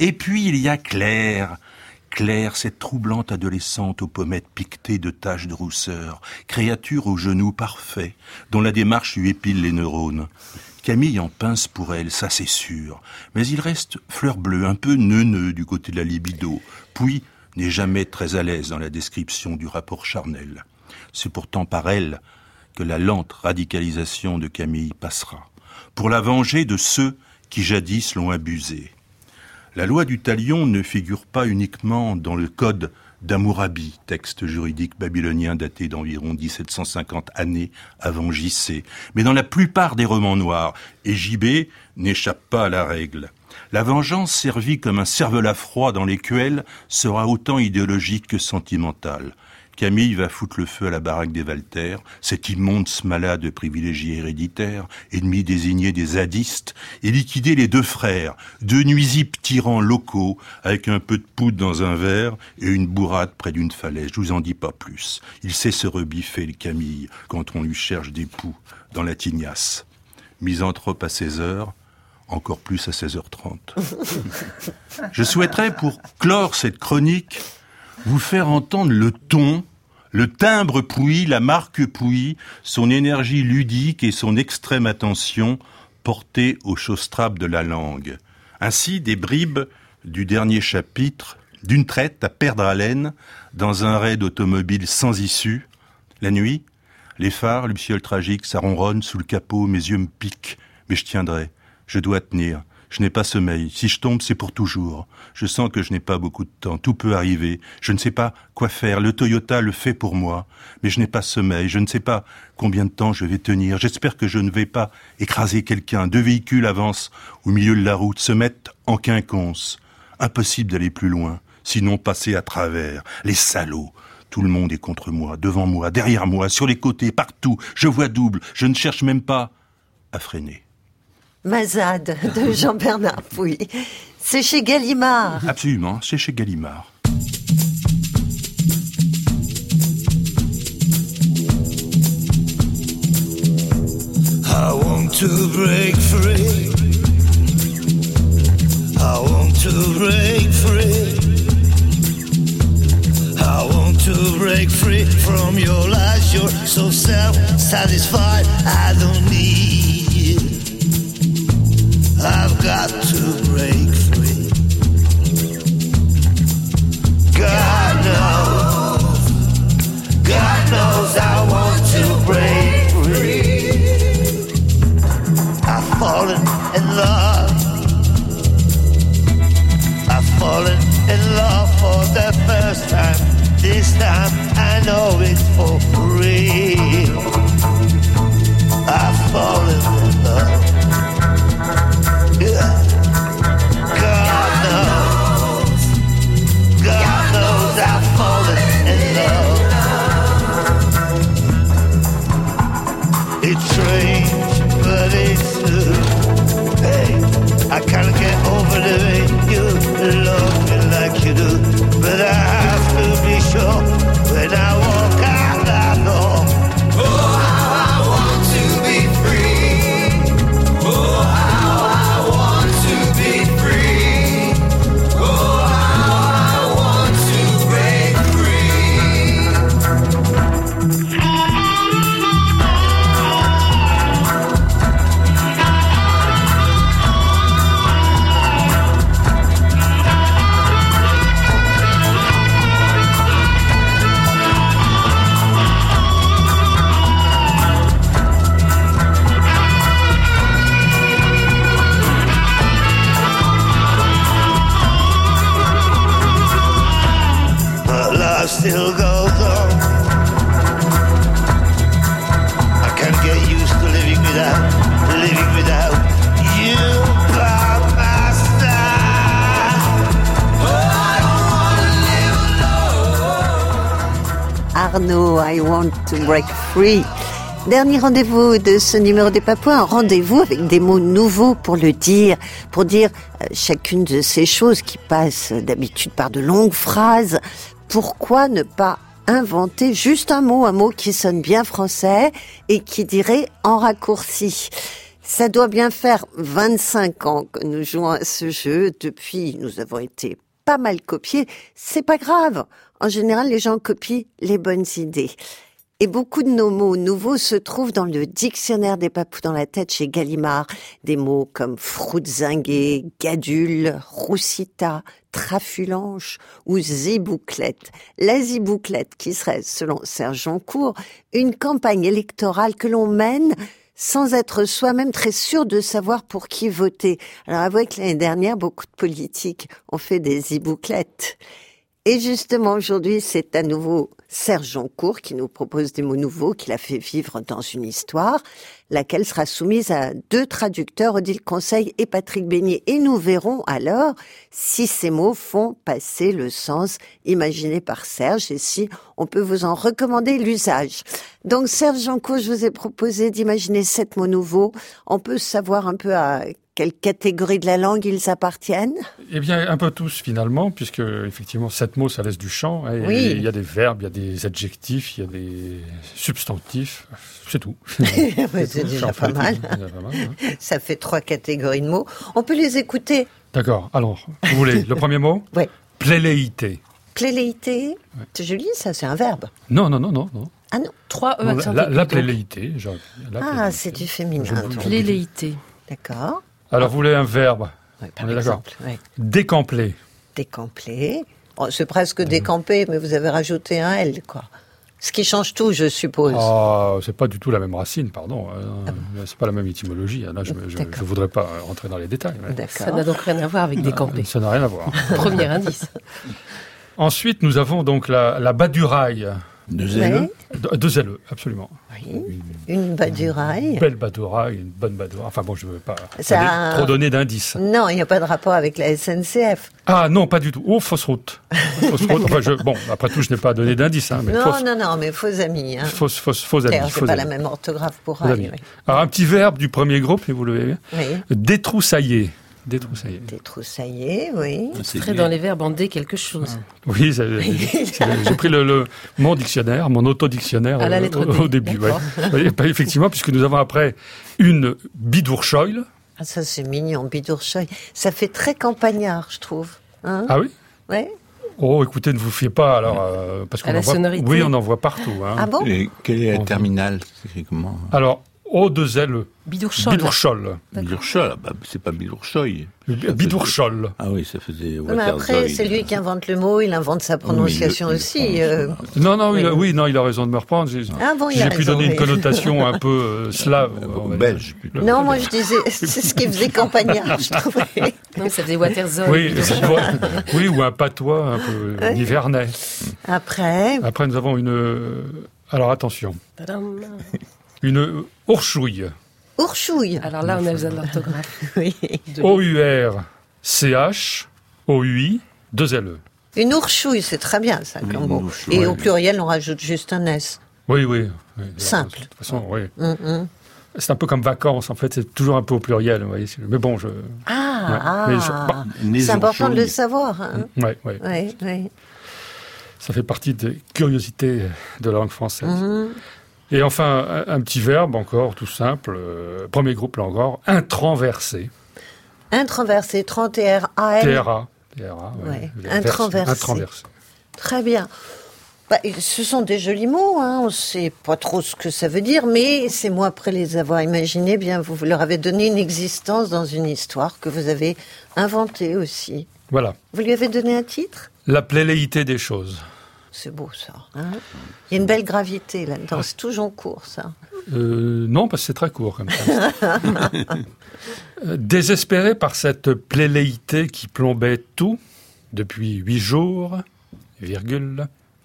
il y a Claire. Claire, cette troublante adolescente aux pommettes piquetées de taches de rousseur, créature aux genoux parfaits, dont la démarche lui épile les neurones. Camille en pince pour elle, ça c'est sûr, mais il reste fleur bleue, un peu neuneux du côté de la libido, puis n'est jamais très à l'aise dans la description du rapport charnel. C'est pourtant par elle que la lente radicalisation de Camille passera, pour la venger de ceux qui jadis l'ont abusée. La loi du talion ne figure pas uniquement dans le code d'Hammurabi, texte juridique babylonien daté d'environ 1750 années avant JC, mais dans la plupart des romans noirs, et JB n'échappe pas à la règle. La vengeance servie comme un cervelas froid dans l'écuelle sera autant idéologique que sentimentale. Camille va foutre le feu à la baraque des Walter, cet immonde malade privilégié héréditaire, ennemi désigné des zadistes, et liquider les deux frères, deux nuisibles tyrans locaux, avec un peu de poudre dans un verre et une bourrade près d'une falaise. Je vous en dis pas plus. Il sait se rebiffer, le Camille, quand on lui cherche des poux dans la tignasse. Misanthrope à 16 heures, encore plus à 16h30. Je souhaiterais, pour clore cette chronique, vous faire entendre le ton, le timbre Pouy, la marque Pouy, son énergie ludique et son extrême attention portée aux chausse-trapes de la langue. Ainsi, des bribes du dernier chapitre, d'une traite à perdre haleine, dans un raid automobile sans issue. La nuit, les phares, luciole tragique, ça ronronne sous le capot, mes yeux me piquent, mais je tiendrai, je dois tenir. Je n'ai pas sommeil. Si je tombe, c'est pour toujours. Je sens que je n'ai pas beaucoup de temps. Tout peut arriver. Je ne sais pas quoi faire. Le Toyota le fait pour moi. Mais je n'ai pas sommeil. Je ne sais pas combien de temps je vais tenir. J'espère que je ne vais pas écraser quelqu'un. 2 véhicules avancent au milieu de la route, se mettent en quinconce. Impossible d'aller plus loin. Sinon passer à travers. Les salauds. Tout le monde est contre moi. Devant moi, derrière moi, sur les côtés, partout. Je vois double. Je ne cherche même pas à freiner. Mazade de Jean-Bernard Pouy. C'est chez Gallimard. Absolument, c'est chez Gallimard. I want to break free. I want to break free. I want to break free from your lies. You're so self-satisfied. I don't need you. I've got to break free. God knows I want to break free. I've fallen in love. I've fallen in love for the first time. This time I know it's for real. I've fallen in love. still goes on. I can't get used to living without you by my side. Oh, I don't wanna live alone. Arnaud, I want to break free. Dernier rendez-vous de ce numéro des Papouas, un rendez-vous avec des mots nouveaux pour le dire, pour dire chacune de ces choses qui passent d'habitude par de longues phrases. Pourquoi ne pas inventer juste un mot qui sonne bien français et qui dirait en raccourci? Ça doit bien faire 25 ans que nous jouons à ce jeu. Depuis, nous avons été pas mal copiés. C'est pas grave. En général, les gens copient les bonnes idées. Et beaucoup de nos mots nouveaux se trouvent dans le dictionnaire des Papous dans la tête chez Gallimard. Des mots comme fruitzingué, gadule, roussita, trafulanche ou zibouclette. La zibouclette qui serait, selon Serge Joncourt, une campagne électorale que l'on mène sans être soi-même très sûr de savoir pour qui voter. Alors avouez que l'année dernière, beaucoup de politiques ont fait des zibouclettes. Et justement, aujourd'hui, c'est à nouveau Serge Joncourt qui nous propose des mots nouveaux qu'il a fait vivre dans une histoire, laquelle sera soumise à 2 traducteurs, Odile Conseil et Patrick Beignet. Et nous verrons alors si ces mots font passer le sens imaginé par Serge et si on peut vous en recommander l'usage. Donc Serge Joncourt, je vous ai proposé d'imaginer 7 mots nouveaux. On peut savoir un peu à quelle catégorie de la langue ils appartiennent? Eh bien, un peu tous finalement, puisque effectivement 7 mots, ça laisse du champ. Et oui. Il y a des verbes, il y a des adjectifs, il y a des substantifs, c'est tout. C'est déjà pas mal. Ça fait 3 catégories de mots. On peut les écouter. D'accord. Alors, vous voulez le premier mot? Oui. Pléléité. Pléléité, c'est joli, ça, c'est un verbe. Non. Ah non. 3 E accent La pléléité. C'est du féminin. Pléléité. D'accord. Alors, vous voulez un verbe? Oui, On est d'accord. Oui. Décampler. Décampler. Bon, c'est presque décamper, mais vous avez rajouté un L, quoi. Ce qui change tout, je suppose. Ah, c'est pas du tout la même racine, pardon. C'est pas la même étymologie. Là, je voudrais pas rentrer dans les détails. D'accord. Ça n'a donc rien à voir avec décamper. Ça n'a rien à voir. Premier indice. Ensuite, nous avons donc la baduraille. 2 LE? 2 LE, absolument. Oui. Une baduraille. Une belle baduraille, une bonne baduraille. Enfin bon, je ne veux pas trop donner d'indices. Non, il n'y a pas de rapport avec la SNCF. Ah non, pas du tout. Oh, fausse route. Bon, après tout, je n'ai pas donné d'indices. Mais non, mais faux amis. Hein. Faux amis. C'est pas la même orthographe pour rail. Oui. Alors, un petit verbe du premier groupe, si vous le voyez bien. Oui. Détroussailler, oui. C'est très dans les verbes en dé quelque chose. Oui, j'ai pris mon dictionnaire, mon autodictionnaire au début. Ouais. Effectivement, puisque nous avons après une bidourchoil. Ah, ça c'est mignon, bidourchoil. Ça fait très campagnard, je trouve. Hein? Ah oui? Oui. Oh, écoutez, ne vous fiez pas, alors, parce qu'on on en voit partout. Hein. Ah bon? Et quelle est la terminale? C'est écrit comment? Alors, O2L. Bidourchol. Bidourchol, c'est pas bidourchoil. Bidourchol. Ah oui, ça faisait mais après, c'est lui qui invente le mot, il invente sa prononciation aussi. Non, il a raison de me reprendre. J'ai pu donner une connotation un peu slave. Belge, plutôt. Non, moi je disais, c'est ce qui faisait campagnard, je trouvais. Non, ça faisait Waterzone. Oui, ou un patois un peu nivernais. Après, nous avons une... Alors, attention. Une ourchouille. Ourchouille. Alors là, on a besoin de l'orthographe. Oui. O-U-R-C-H, O-U-I, 2 L-E. Une ourchouille, c'est très bien ça comme mot. Et au pluriel, on rajoute juste un S. Oui. Simple. De toute façon, oui. C'est un peu comme vacances, en fait, c'est toujours un peu au pluriel. Vous voyez. Mais bon, c'est important de le savoir. Hein. Oui. Ça fait partie des curiosités de la langue française. Et enfin, un petit verbe encore, tout simple. Premier groupe, là encore. Intraverser. Intraverser, 30 R-A-L. T-R-A, ouais. Intraverser. Très bien. Ce sont des jolis mots, hein. On ne sait pas trop ce que ça veut dire, mais c'est moi, après les avoir imaginés, bien, vous leur avez donné une existence dans une histoire que vous avez inventée aussi. Voilà. Vous lui avez donné un titre? La pléléité des choses. C'est beau, ça. Hein, il y a une belle gravité là-dedans. C'est toujours court, ça. Non, parce que c'est très court, comme ça. Désespéré par cette pléléité qui plombait tout, depuis 8 jours,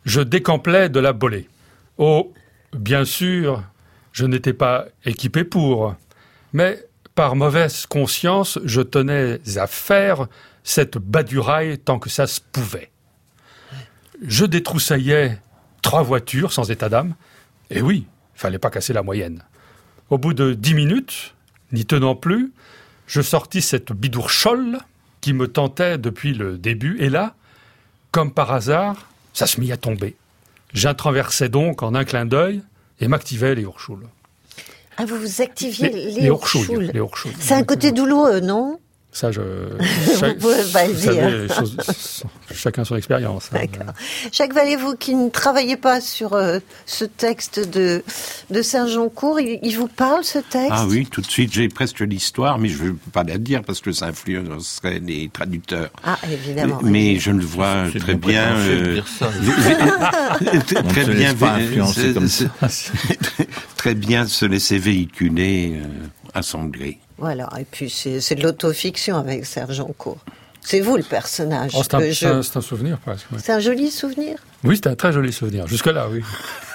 je décamplais de la bolée. Oh, bien sûr, je n'étais pas équipé pour, mais par mauvaise conscience, je tenais à faire cette baduraille tant que ça se pouvait. Je détroussaillais 3 voitures sans état d'âme, et oui, fallait pas casser la moyenne. Au bout de 10 minutes, n'y tenant plus, je sortis cette bidourchole qui me tentait depuis le début, et là, comme par hasard, ça se mit à tomber. J'intraversais donc en un clin d'œil et m'activais les Hochschule. Ah, vous activiez les Hochschule. Les Hochschule. C'est un côté douloureux, non ? Ça, Vous pouvez pas le vous savez, dire. les choses, chacun son expérience. Hein. D'accord. Jacques Vallée, vous qui ne travaillez pas sur ce texte de Serge Joncour, il vous parle, ce texte ? Ah oui, tout de suite, j'ai presque l'histoire, mais je ne veux pas la dire parce que ça influencerait les traducteurs. Ah, évidemment. Mais je le vois C'est très bien bien. de dire ça. Très bien, pas influencer comme ça. très bien se laisser véhiculer à son gré. Voilà, et puis c'est de l'autofiction avec Serge Joncour. C'est vous le personnage. Oh, c'est un souvenir presque. Ouais. C'est un joli souvenir. Oui, c'est un très joli souvenir. Jusque-là, oui.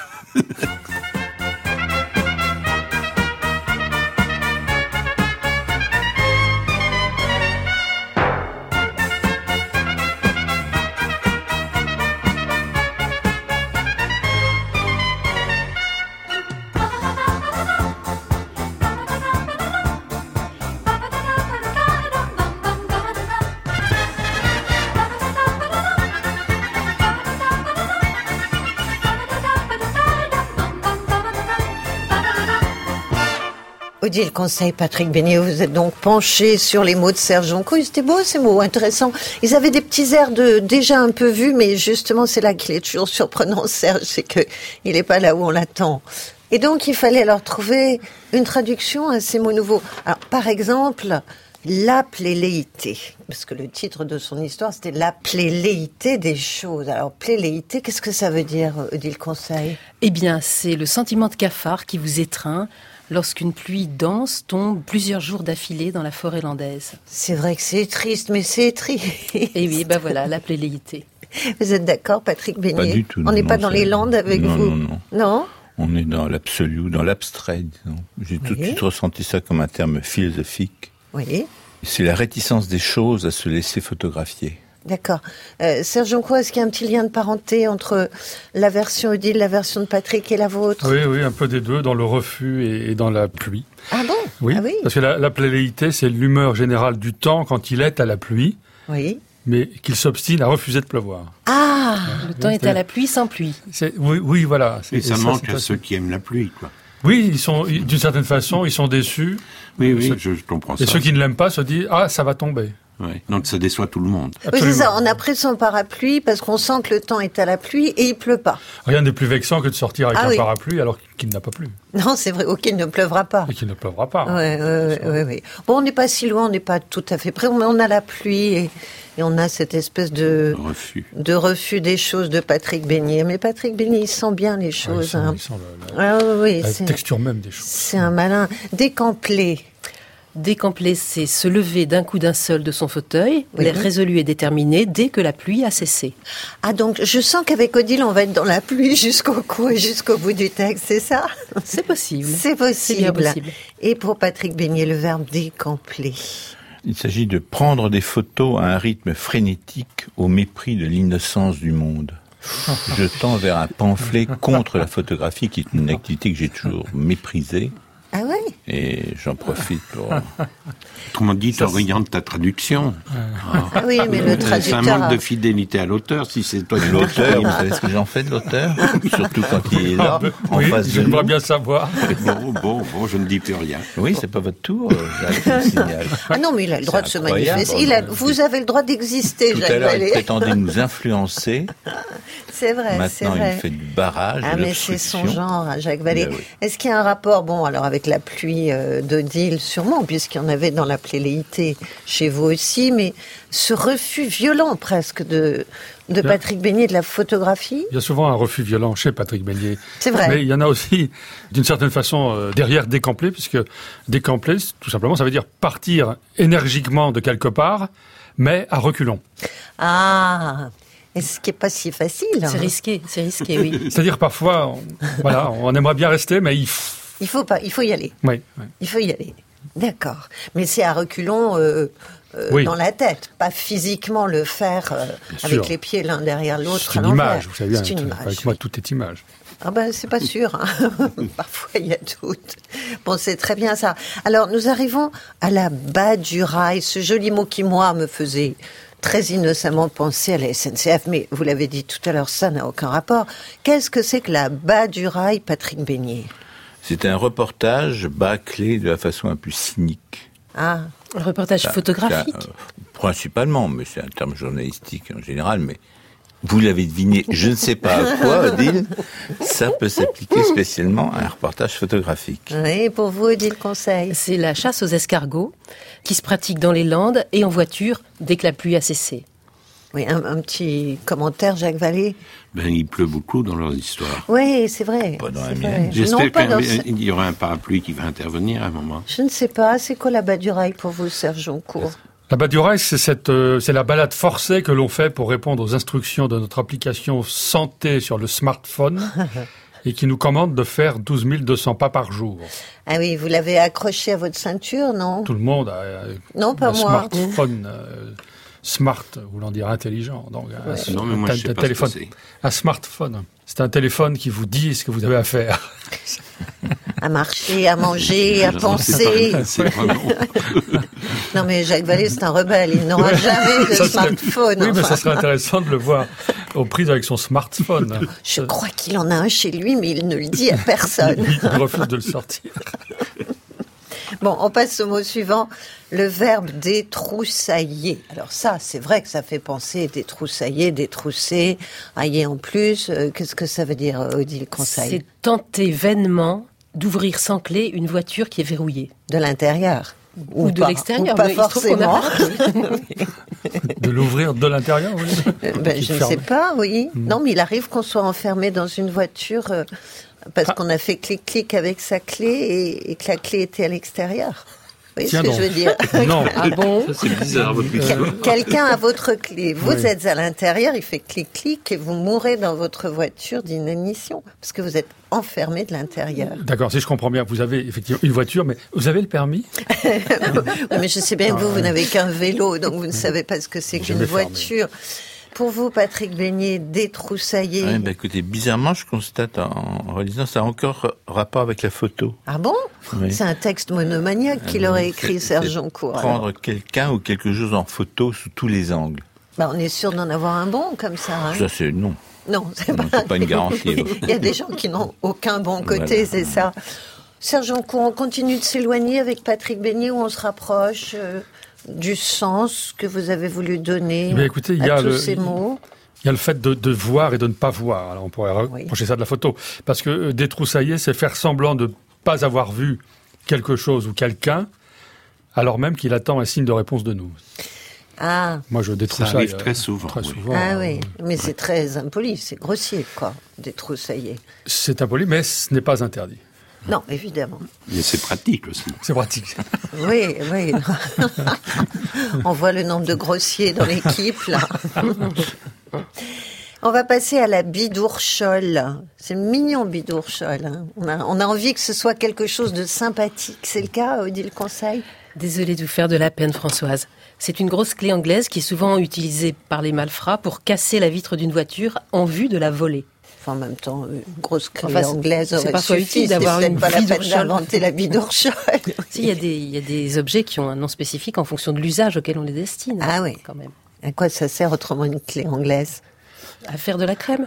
Odile Conseil, Patrick Bénier, vous êtes donc penché sur les mots de Serge Joncour. C'était beau ces mots, intéressants. Ils avaient des petits airs déjà un peu vus, mais justement c'est là qu'il est toujours surprenant, Serge, c'est que il n'est pas là où on l'attend. Et donc il fallait alors trouver une traduction à ces mots nouveaux. Alors par exemple, la pléléité, parce que le titre de son histoire c'était la pléléité des choses. Alors pléléité, qu'est-ce que ça veut dire, Odile Conseil ? Eh bien, c'est le sentiment de cafard qui vous étreint lorsqu'une pluie dense tombe plusieurs jours d'affilée dans la forêt landaise. C'est vrai que c'est triste, mais c'est triste. Et oui, ben voilà, la pléléité. Vous êtes d'accord, Patrick Bénier ? Pas du tout. On n'est pas dans les Landes avec vous ? Non. Non ? On est dans l'absolu ou dans l'abstrait, disons. J'ai tout de suite ressenti ça comme un terme philosophique. Oui. C'est la réticence des choses à se laisser photographier. D'accord. Serge Joncour, est-ce qu'il y a un petit lien de parenté entre la version Odile, la version de Patrick et la vôtre ? Oui, un peu des deux, dans le refus et dans la pluie. Ah bon ? Oui, ah oui. Parce que la pléléité, c'est l'humeur générale du temps quand il est à la pluie, oui. mais qu'il s'obstine à refuser de pleuvoir. Ah, le temps est à la pluie sans pluie. Oui, voilà. Et ça manque à ceux qui aiment la pluie, quoi. Oui, ils sont, d'une certaine façon, ils sont déçus. Oui, je comprends ça. Et ceux qui ne l'aiment pas se disent « Ah, ça va tomber ». Oui, donc ça déçoit tout le monde. Oui, c'est ça, on a pris son parapluie parce qu'on sent que le temps est à la pluie et il pleut pas. Rien n'est plus vexant que de sortir avec un parapluie alors qu'il n'a pas plu. Non, c'est vrai, qu'il ne pleuvra pas. Et qu'il ne pleuvra pas. Oui. Bon, on n'est pas si loin, on n'est pas tout à fait près, mais on a la pluie et on a cette espèce de refus des choses de Patrick Bénier. Mais Patrick Bénier, il sent bien les choses. Il sent la texture même des choses. C'est un malin. Décampler. Décampler, c'est se lever d'un coup d'un seul de son fauteuil, résolu et déterminé, dès que la pluie a cessé. Ah, donc je sens qu'avec Odile, on va être dans la pluie jusqu'au cou et jusqu'au bout du texte, c'est ça ? C'est possible. C'est possible. C'est bien possible. Et pour Patrick Bénier, le verbe décampler. Il s'agit de prendre des photos à un rythme frénétique au mépris de l'innocence du monde. Je tends vers un pamphlet contre la photographie, qui est une activité que j'ai toujours méprisée. Ah oui ? Et j'en profite pour... Autrement dit, t'orientes ta traduction. Ah oui, mais le traducteur... C'est un manque de fidélité à l'auteur, si c'est toi qui l'auteur. Vous savez ce que j'en fais de l'auteur ? Surtout quand il est là, en face de nous. J'aimerais bien savoir. Bon, je ne dis plus rien. Oui, c'est pas votre tour, Jacques, je le signale. Ah non, mais il a le droit de se manifester. Vous avez le droit d'exister, Jacques Vallée. Tout à l'heure, il prétendait nous influencer. C'est vrai, Maintenant, il fait du barrage, de l'obstruction. Mais c'est son genre, Jacques Vallée. Oui. Est-ce qu'il y a un rapport, alors avec la pluie d'Odile, sûrement, puisqu'il y en avait dans la pléléité chez vous aussi, mais ce refus violent presque de Patrick Bénier de la photographie. Il y a souvent un refus violent chez Patrick Bénier. C'est vrai. Mais il y en a aussi, d'une certaine façon, derrière décampler, puisque décampler, tout simplement, ça veut dire partir énergiquement de quelque part, mais à reculons. Ah, Et ce qui n'est pas si facile. C'est risqué, oui. C'est-à-dire parfois, on aimerait bien rester, mais il faut y aller. Oui. Il faut y aller. D'accord. Mais c'est à reculons dans la tête, pas physiquement le faire avec les pieds l'un derrière l'autre. C'est une image, vous savez. C'est une image. Avec moi, tout est image. Ah ben, c'est pas sûr. Parfois, il y a doute. Bon, c'est très bien ça. Alors, nous arrivons à la Baduraille, ce joli mot qui, moi, me faisait très innocemment penser à la SNCF, mais vous l'avez dit tout à l'heure, ça n'a aucun rapport. Qu'est-ce que c'est que la Baduraille, Patrick Beignet ? C'est un reportage bâclé de la façon un peu cynique. Ah, un reportage photographique principalement, mais c'est un terme journalistique en général, mais vous l'avez deviné, je ne sais pas à quoi, Odile, ça peut s'appliquer spécialement à un reportage photographique. Oui, pour vous, Odile Conseil. C'est la chasse aux escargots qui se pratique dans les Landes et en voiture dès que la pluie a cessé. Oui, un petit commentaire, Jacques Vallée. Il pleut beaucoup dans leurs histoires. Oui, c'est vrai. Pas dans la mienne. J'espère qu'il y aura un parapluie qui va intervenir à un moment. Je ne sais pas. C'est quoi la Baduraille pour vous, Serge Joncourt ? La Baduraille, c'est la balade forcée que l'on fait pour répondre aux instructions de notre application santé sur le smartphone et qui nous commande de faire 12 200 pas par jour. Ah oui, vous l'avez accroché à votre ceinture, non ? Tout le monde a non, pas un moi. Smartphone. Smart, voulant dire intelligent. Donc, non, mais moi, je sais pas téléphone, ce que c'est. Un smartphone, c'est un téléphone qui vous dit ce que vous avez à faire. À marcher, à manger, à penser. Non, mais Jacques Vallée, c'est un rebelle. Il n'aura jamais de smartphone. Oui, mais ça serait intéressant de le voir aux prises avec son smartphone. Je crois qu'il en a un chez lui, mais il ne le dit à personne. Il refuse de le sortir. Bon, on passe au mot suivant, le verbe détroussailler. Alors ça, c'est vrai que ça fait penser détroussailler, détrousser, ailler en plus. Qu'est-ce que ça veut dire, Odile Conseil ? C'est tenter vainement d'ouvrir sans clé une voiture qui est verrouillée. De l'intérieur ou de l'extérieur. Ou pas forcément. De l'ouvrir de l'intérieur, oui. Je ne sais pas, oui. Non, mais il arrive qu'on soit enfermé dans une voiture... parce qu'on a fait clic-clic avec sa clé et que la clé était à l'extérieur. Vous voyez ce que je veux dire ? Non. Ah bon ? Ça, c'est bizarre, votre histoire. Quelqu'un a votre clé. Vous êtes à l'intérieur, il fait clic-clic et vous mourrez dans votre voiture d'inanition. Parce que vous êtes enfermé de l'intérieur. D'accord, si je comprends bien, vous avez effectivement une voiture, mais vous avez le permis ? Oui, mais je sais bien que vous n'avez qu'un vélo, donc vous ne savez pas ce que c'est qu'une voiture. Pour vous, Patrick Beignet, détroussailler. Oui, écoutez, bizarrement, je constate en réalisant, ça a encore rapport avec la photo. Ah bon ? Oui. C'est un texte monomaniaque qu'il aurait écrit, Serge Joncourt. Prendre quelqu'un ou quelque chose en photo sous tous les angles. On est sûr d'en avoir un bon comme ça. Hein ? Ça, c'est non. Non, c'est pas une garantie. Il y a des gens qui n'ont aucun bon côté, c'est ça. Serge Joncourt, on continue de s'éloigner avec Patrick Beignet ou on se rapproche du sens que vous avez voulu donner écoutez, à tous ces mots. Il y a le fait de voir et de ne pas voir. Alors on pourrait reprocher ça de la photo. Parce que détroussailler, c'est faire semblant de ne pas avoir vu quelque chose ou quelqu'un, alors même qu'il attend un signe de réponse de nous. Ah. Moi, je détroussaille. Ça arrive très souvent. Ah oui, mais c'est très impoli, c'est grossier, quoi, détroussailler. C'est impoli, mais ce n'est pas interdit. Non, évidemment. Mais c'est pratique aussi. C'est pratique. Oui. On voit le nombre de grossiers dans l'équipe, là. On va passer à la bidourchole. C'est mignon, bidourchole. Hein. On a envie que ce soit quelque chose de sympathique. C'est le cas, Odile Conseil ? Désolée de vous faire de la peine, Françoise. C'est une grosse clé anglaise qui est souvent utilisée par les malfrats pour casser la vitre d'une voiture en vue de la voler. En même temps, une grosse clé anglaise aurait c'est parfois suffi, utile d'avoir une pas la peine bidourchole. d'inventer la bidourchole. Si, il y a des objets qui ont un nom spécifique en fonction de l'usage auquel on les destine. Ah oui, quand même. À quoi ça sert autrement une clé anglaise ? À faire de la crème.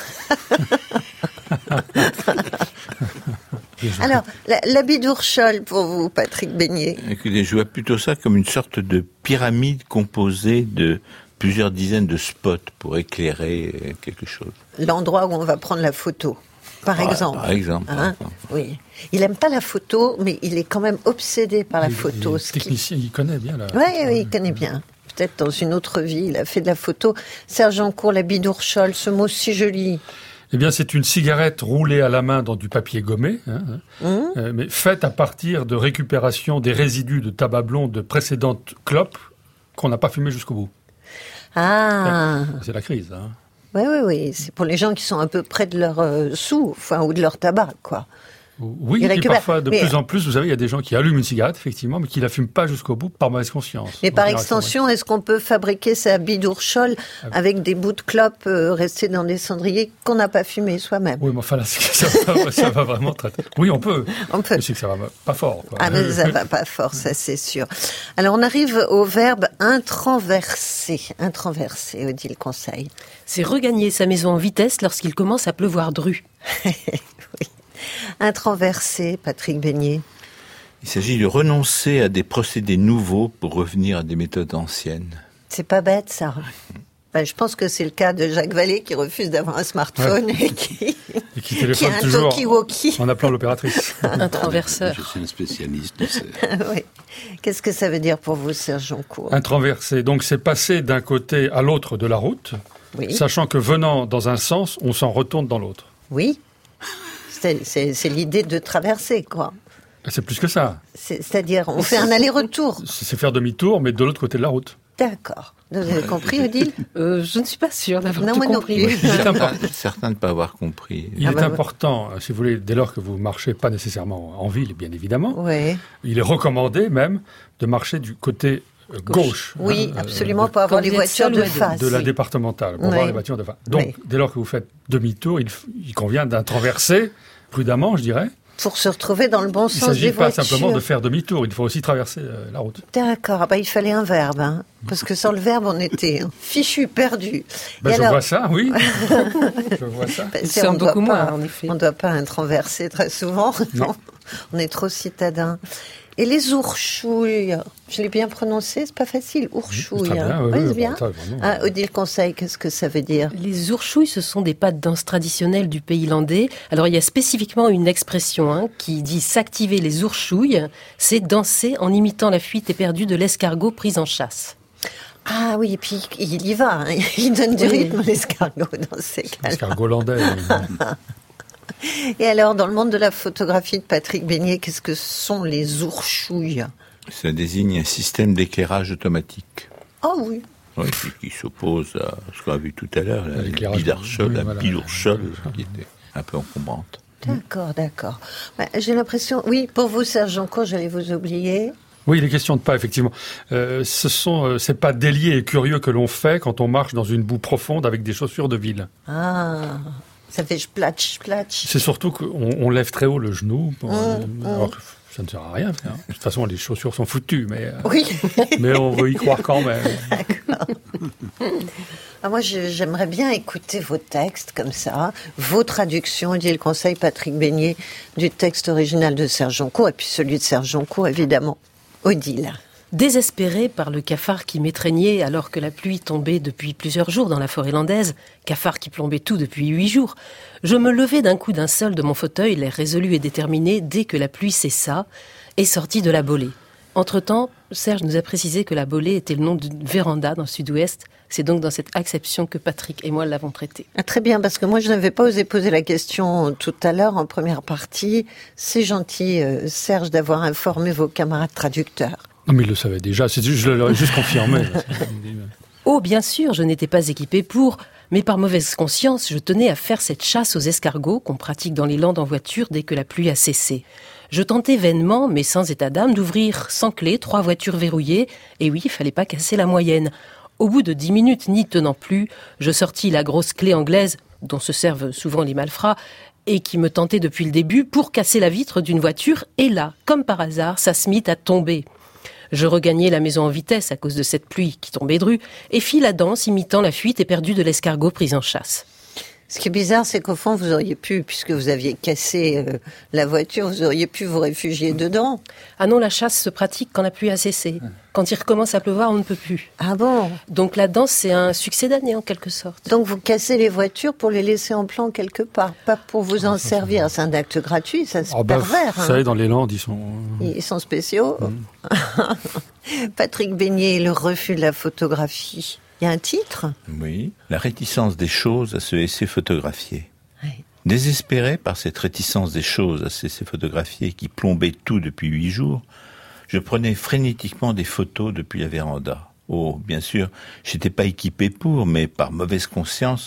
Alors, la bidourchole pour vous, Patrick Beignet. Écoutez, je vois plutôt ça comme une sorte de pyramide composée de plusieurs dizaines de spots pour éclairer quelque chose. L'endroit où on va prendre la photo, par exemple. Par exemple. Oui. Il n'aime pas la photo, mais il est quand même obsédé par la photo. Technicien, il connaît bien. Oui, il connaît bien. Peut-être dans une autre vie, il a fait de la photo. Serge Joncourt, la bidourchole, ce mot si joli. Eh bien, c'est une cigarette roulée à la main dans du papier gommé, mais faite à partir de récupération des résidus de tabac blond de précédentes clopes qu'on n'a pas fumées jusqu'au bout. Ah. C'est la crise. Hein. Oui. C'est pour les gens qui sont un peu près de leur sous, ou de leur tabac, quoi. Oui, et parfois, de plus en plus, vous savez, il y a des gens qui allument une cigarette, effectivement, mais qui la fument pas jusqu'au bout par mauvaise conscience. Mais par extension, est-ce qu'on peut fabriquer sa bidourchole avec des bouts de clope restés dans des cendriers qu'on n'a pas fumé soi-même? Oui, mais enfin là, ça va vraiment très... Oui, on peut. Je sais que ça va pas fort, quoi. Ah, mais ça va pas fort, ça c'est sûr. Alors, on arrive au verbe intraverser. Intraverser, Odile Conseil. C'est regagner sa maison en vitesse lorsqu'il commence à pleuvoir dru. Oui. Intraverser, Patrick Beignet. Il s'agit de renoncer à des procédés nouveaux pour revenir à des méthodes anciennes. C'est pas bête, ça. Je pense que c'est le cas de Jacques Vallée qui refuse d'avoir un smartphone et qui téléphone qui a un talkie-walkie. En appelant l'opératrice. Intraverseur. Je suis un spécialiste de ça. Oui. Qu'est-ce que ça veut dire pour vous, Serge Joncourt? Intraverser, donc c'est passer d'un côté à l'autre de la route, sachant que venant dans un sens, on s'en retourne dans l'autre. Oui. C'est l'idée de traverser, quoi. C'est plus que ça. C'est-à-dire, on fait un aller-retour. C'est faire demi-tour, mais de l'autre côté de la route. D'accord. Vous avez compris, Odile? Je ne suis pas sûre d'avoir tout compris. Je suis certain de ne pas avoir compris. Il est important, si vous voulez, dès lors que vous marchez, pas nécessairement en ville, bien évidemment, il est recommandé même de marcher du côté gauche. Oui, absolument, pour avoir les voitures de face. De la départementale, pour voir les voitures de face. Donc, dès lors que vous faites demi-tour, il convient d'intraverser prudemment, je dirais. Pour se retrouver dans le bon sens des voitures. Il ne s'agit pas simplement de faire demi-tour, il faut aussi traverser la route. D'accord, il fallait un verbe, parce que sans le verbe, on était fichu, perdu. Je vois ça, oui. Je vois ça. C'est beaucoup moins, en effet. On ne doit pas intraverser très souvent. Non. On est trop citadins. Et les ourchouilles, je l'ai bien prononcé, c'est pas facile, ourchouilles. Très bien, c'est bien. Odile Conseil, qu'est-ce que ça veut dire? Les ourchouilles, ce sont des pas de danse traditionnelles du pays landais. Alors il y a spécifiquement une expression qui dit s'activer les ourchouilles, c'est danser en imitant la fuite éperdue de l'escargot pris en chasse. Ah oui, et puis il y va, il donne du rythme l'escargot dans ces cas-là. L'escargot landais. Et alors, dans le monde de la photographie de Patrick Beignet, qu'est-ce que sont les ourchouilles? Ça désigne un système d'éclairage automatique. Ah oui. Oui, qui s'oppose à ce qu'on a vu tout à l'heure, la bidourchole, qui était un peu encombrante. D'accord. J'ai l'impression... Oui, pour vous, Serge Joncourt, j'allais vous oublier. Oui, les questions de pas, effectivement. C'est pas délié et curieux que l'on fait quand on marche dans une boue profonde avec des chaussures de ville. Ah, ça fait splatch. C'est surtout qu'on lève très haut le genou. Alors que ça ne sert à rien. De toute façon, les chaussures sont foutues, mais on veut y croire quand même. D'accord. Moi, j'aimerais bien écouter vos textes comme ça, vos traductions, dit le Conseil Patrick Beignet, du texte original de Serge Joncourt, et puis celui de Serge Joncourt, évidemment. Odile. Désespéré par le cafard qui m'étreignait alors que la pluie tombait depuis plusieurs jours dans la forêt landaise, cafard qui plombait tout depuis 8 jours, je me levai d'un coup d'un seul de mon fauteuil, l'air résolu et déterminé, dès que la pluie cessa, et sortis de la Bolée. Entre-temps, Serge nous a précisé que la Bolée était le nom d'une véranda dans le sud-ouest. C'est donc dans cette acception que Patrick et moi l'avons traité. Ah, très bien, parce que moi je n'avais pas osé poser la question tout à l'heure en première partie. C'est gentil, Serge, d'avoir informé vos camarades traducteurs. Non, mais ils le savaient déjà, je leur ai juste confirmé. Oh, bien sûr, je n'étais pas équipée pour, mais par mauvaise conscience, je tenais à faire cette chasse aux escargots qu'on pratique dans les Landes en voiture dès que la pluie a cessé. Je tentais vainement, mais sans état d'âme, d'ouvrir sans clé 3 voitures verrouillées, et oui, il fallait pas casser la moyenne. Au bout de 10 minutes, n'y tenant plus, je sortis la grosse clé anglaise, dont se servent souvent les malfrats, et qui me tentait depuis le début, pour casser la vitre d'une voiture, et là, comme par hasard, ça se mit à tomber. Je regagnai la maison en vitesse à cause de cette pluie qui tombait dru, et fis la danse imitant la fuite éperdue de l'escargot pris en chasse. Ce qui est bizarre, c'est qu'au fond, vous auriez pu, puisque vous aviez cassé la voiture, vous auriez pu vous réfugier dedans. Ah non, la chasse se pratique quand la pluie a cessé. Quand il recommence à pleuvoir, on ne peut plus. Ah bon? Donc la danse, c'est un succès d'année, en quelque sorte. Donc vous cassez les voitures pour les laisser en plan quelque part, pas pour vous en servir. C'est un acte gratuit, ça se pervers. Vous savez, dans les Landes, Ils sont spéciaux. Patrick Beignet, le refus de la photographie. Il y a un titre? Oui, la réticence des choses à se laisser photographier. Oui. Désespéré par cette réticence des choses à se laisser photographier qui plombait tout depuis 8 jours, je prenais frénétiquement des photos depuis la véranda. Oh, bien sûr, j'étais pas équipé pour, mais par mauvaise conscience,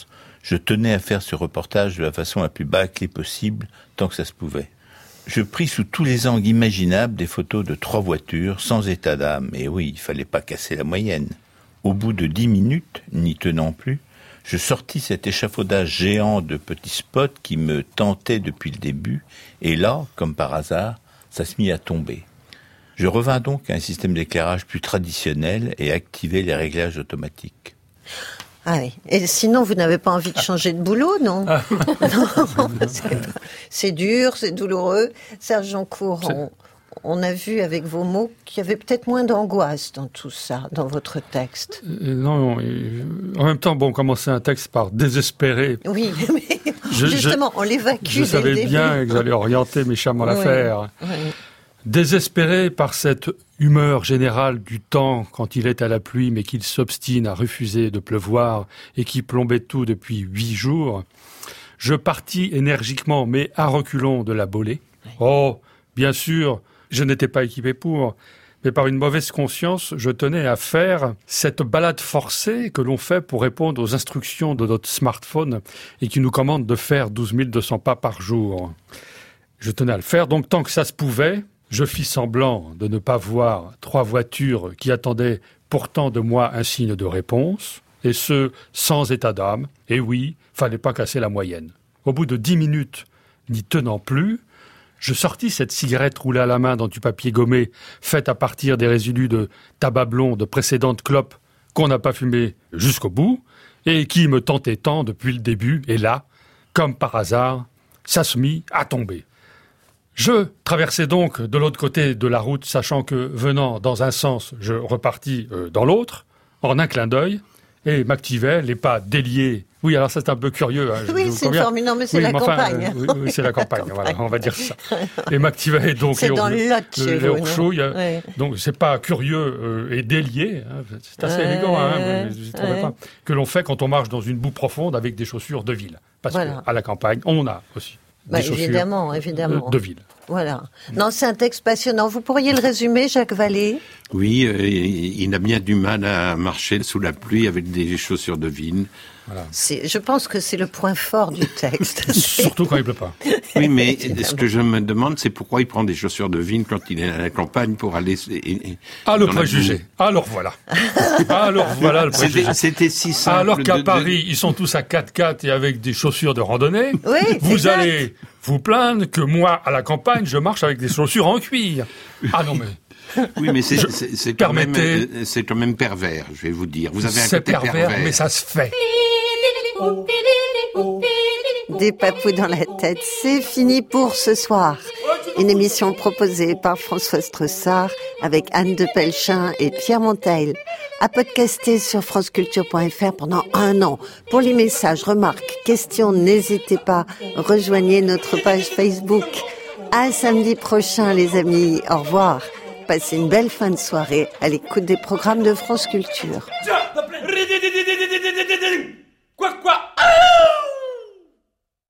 Je tenais à faire ce reportage de la façon la plus bâclée possible, tant que ça se pouvait. Je pris sous tous les angles imaginables des photos de 3 voitures, sans état d'âme. Et oui, il fallait pas casser la moyenne. Au bout de 10 minutes, n'y tenant plus, je sortis cet échafaudage géant de petits spots qui me tentaient depuis le début, et là, comme par hasard, ça se mit à tomber. Je revins donc à un système d'éclairage plus traditionnel et activai les réglages automatiques. Ah oui. Et sinon, vous n'avez pas envie de changer de boulot, non? Non, c'est dur, c'est douloureux. Serge Joncourt, on a vu avec vos mots qu'il y avait peut-être moins d'angoisse dans tout ça, dans votre texte. Non, en même temps, commencer un texte par désespéré. Oui, mais justement, on l'évacue. Je savais bien que j'allais orienter méchamment l'affaire. Oui. Désespéré par cette humeur générale du temps quand il est à la pluie mais qu'il s'obstine à refuser de pleuvoir et qui plombait tout depuis 8 jours, je partis énergiquement mais à reculons de la Baulée. Oh, bien sûr, je n'étais pas équipé pour, mais par une mauvaise conscience, je tenais à faire cette balade forcée que l'on fait pour répondre aux instructions de notre smartphone et qui nous commande de faire 12 200 pas par jour. Je tenais à le faire, donc tant que ça se pouvait, je fis semblant de ne pas voir 3 voitures qui attendaient pourtant de moi un signe de réponse, et ce, sans état d'âme. Et oui, fallait pas casser la moyenne. Au bout de 10 minutes, n'y tenant plus, je sortis cette cigarette roulée à la main dans du papier gommé, faite à partir des résidus de tabac blond de précédentes clopes qu'on n'a pas fumé jusqu'au bout, et qui me tentait tant depuis le début, et là, comme par hasard, ça se mit à tomber. Je traversais donc de l'autre côté de la route, sachant que, venant dans un sens, je repartis dans l'autre, en un clin d'œil, et m'activais, les pas déliés. Oui, alors ça c'est un peu curieux. Oui, c'est une formule, non mais c'est la campagne. Oui, c'est la campagne, voilà, on va dire ça. Et m'activais donc c'est dans le Lot chez vous, chaud, donc c'est pas curieux et délié, c'est assez élégant, vous ne trouvez pas, que l'on fait quand on marche dans une boue profonde avec des chaussures de ville. Parce qu'à la campagne, on a aussi des chaussures évidemment. de ville. Voilà. Non, c'est un texte passionnant. Vous pourriez le résumer, Jacques Vallée? Oui, il a bien du mal à marcher sous la pluie avec des chaussures de vigne. Voilà. Je pense que c'est le point fort du texte. Surtout quand il pleut pas. Oui, mais ce que je me demande, c'est pourquoi il prend des chaussures de vigne quand il est à la campagne pour aller... le préjugé. Alors voilà le préjugé. C'était si simple. Alors qu'à Paris, ils sont tous à 4x4 et avec des chaussures de randonnée. Oui, vous allez vous plaindre que moi, à la campagne, je marche avec des chaussures en cuir. Ah non mais... Oui, mais c'est quand même pervers, je vais vous dire. Vous avez un côté pervers, mais ça se fait. Des papous dans la tête, c'est fini pour ce soir. Une émission proposée par François Stressard avec Anne de Pelchin et Pierre Monteil. À podcaster sur franceculture.fr pendant 1 an. Pour les messages, remarques, questions, n'hésitez pas. Rejoignez notre page Facebook. À samedi prochain, les amis. Au revoir. Passez une belle fin de soirée à l'écoute des programmes de France Culture. Quoi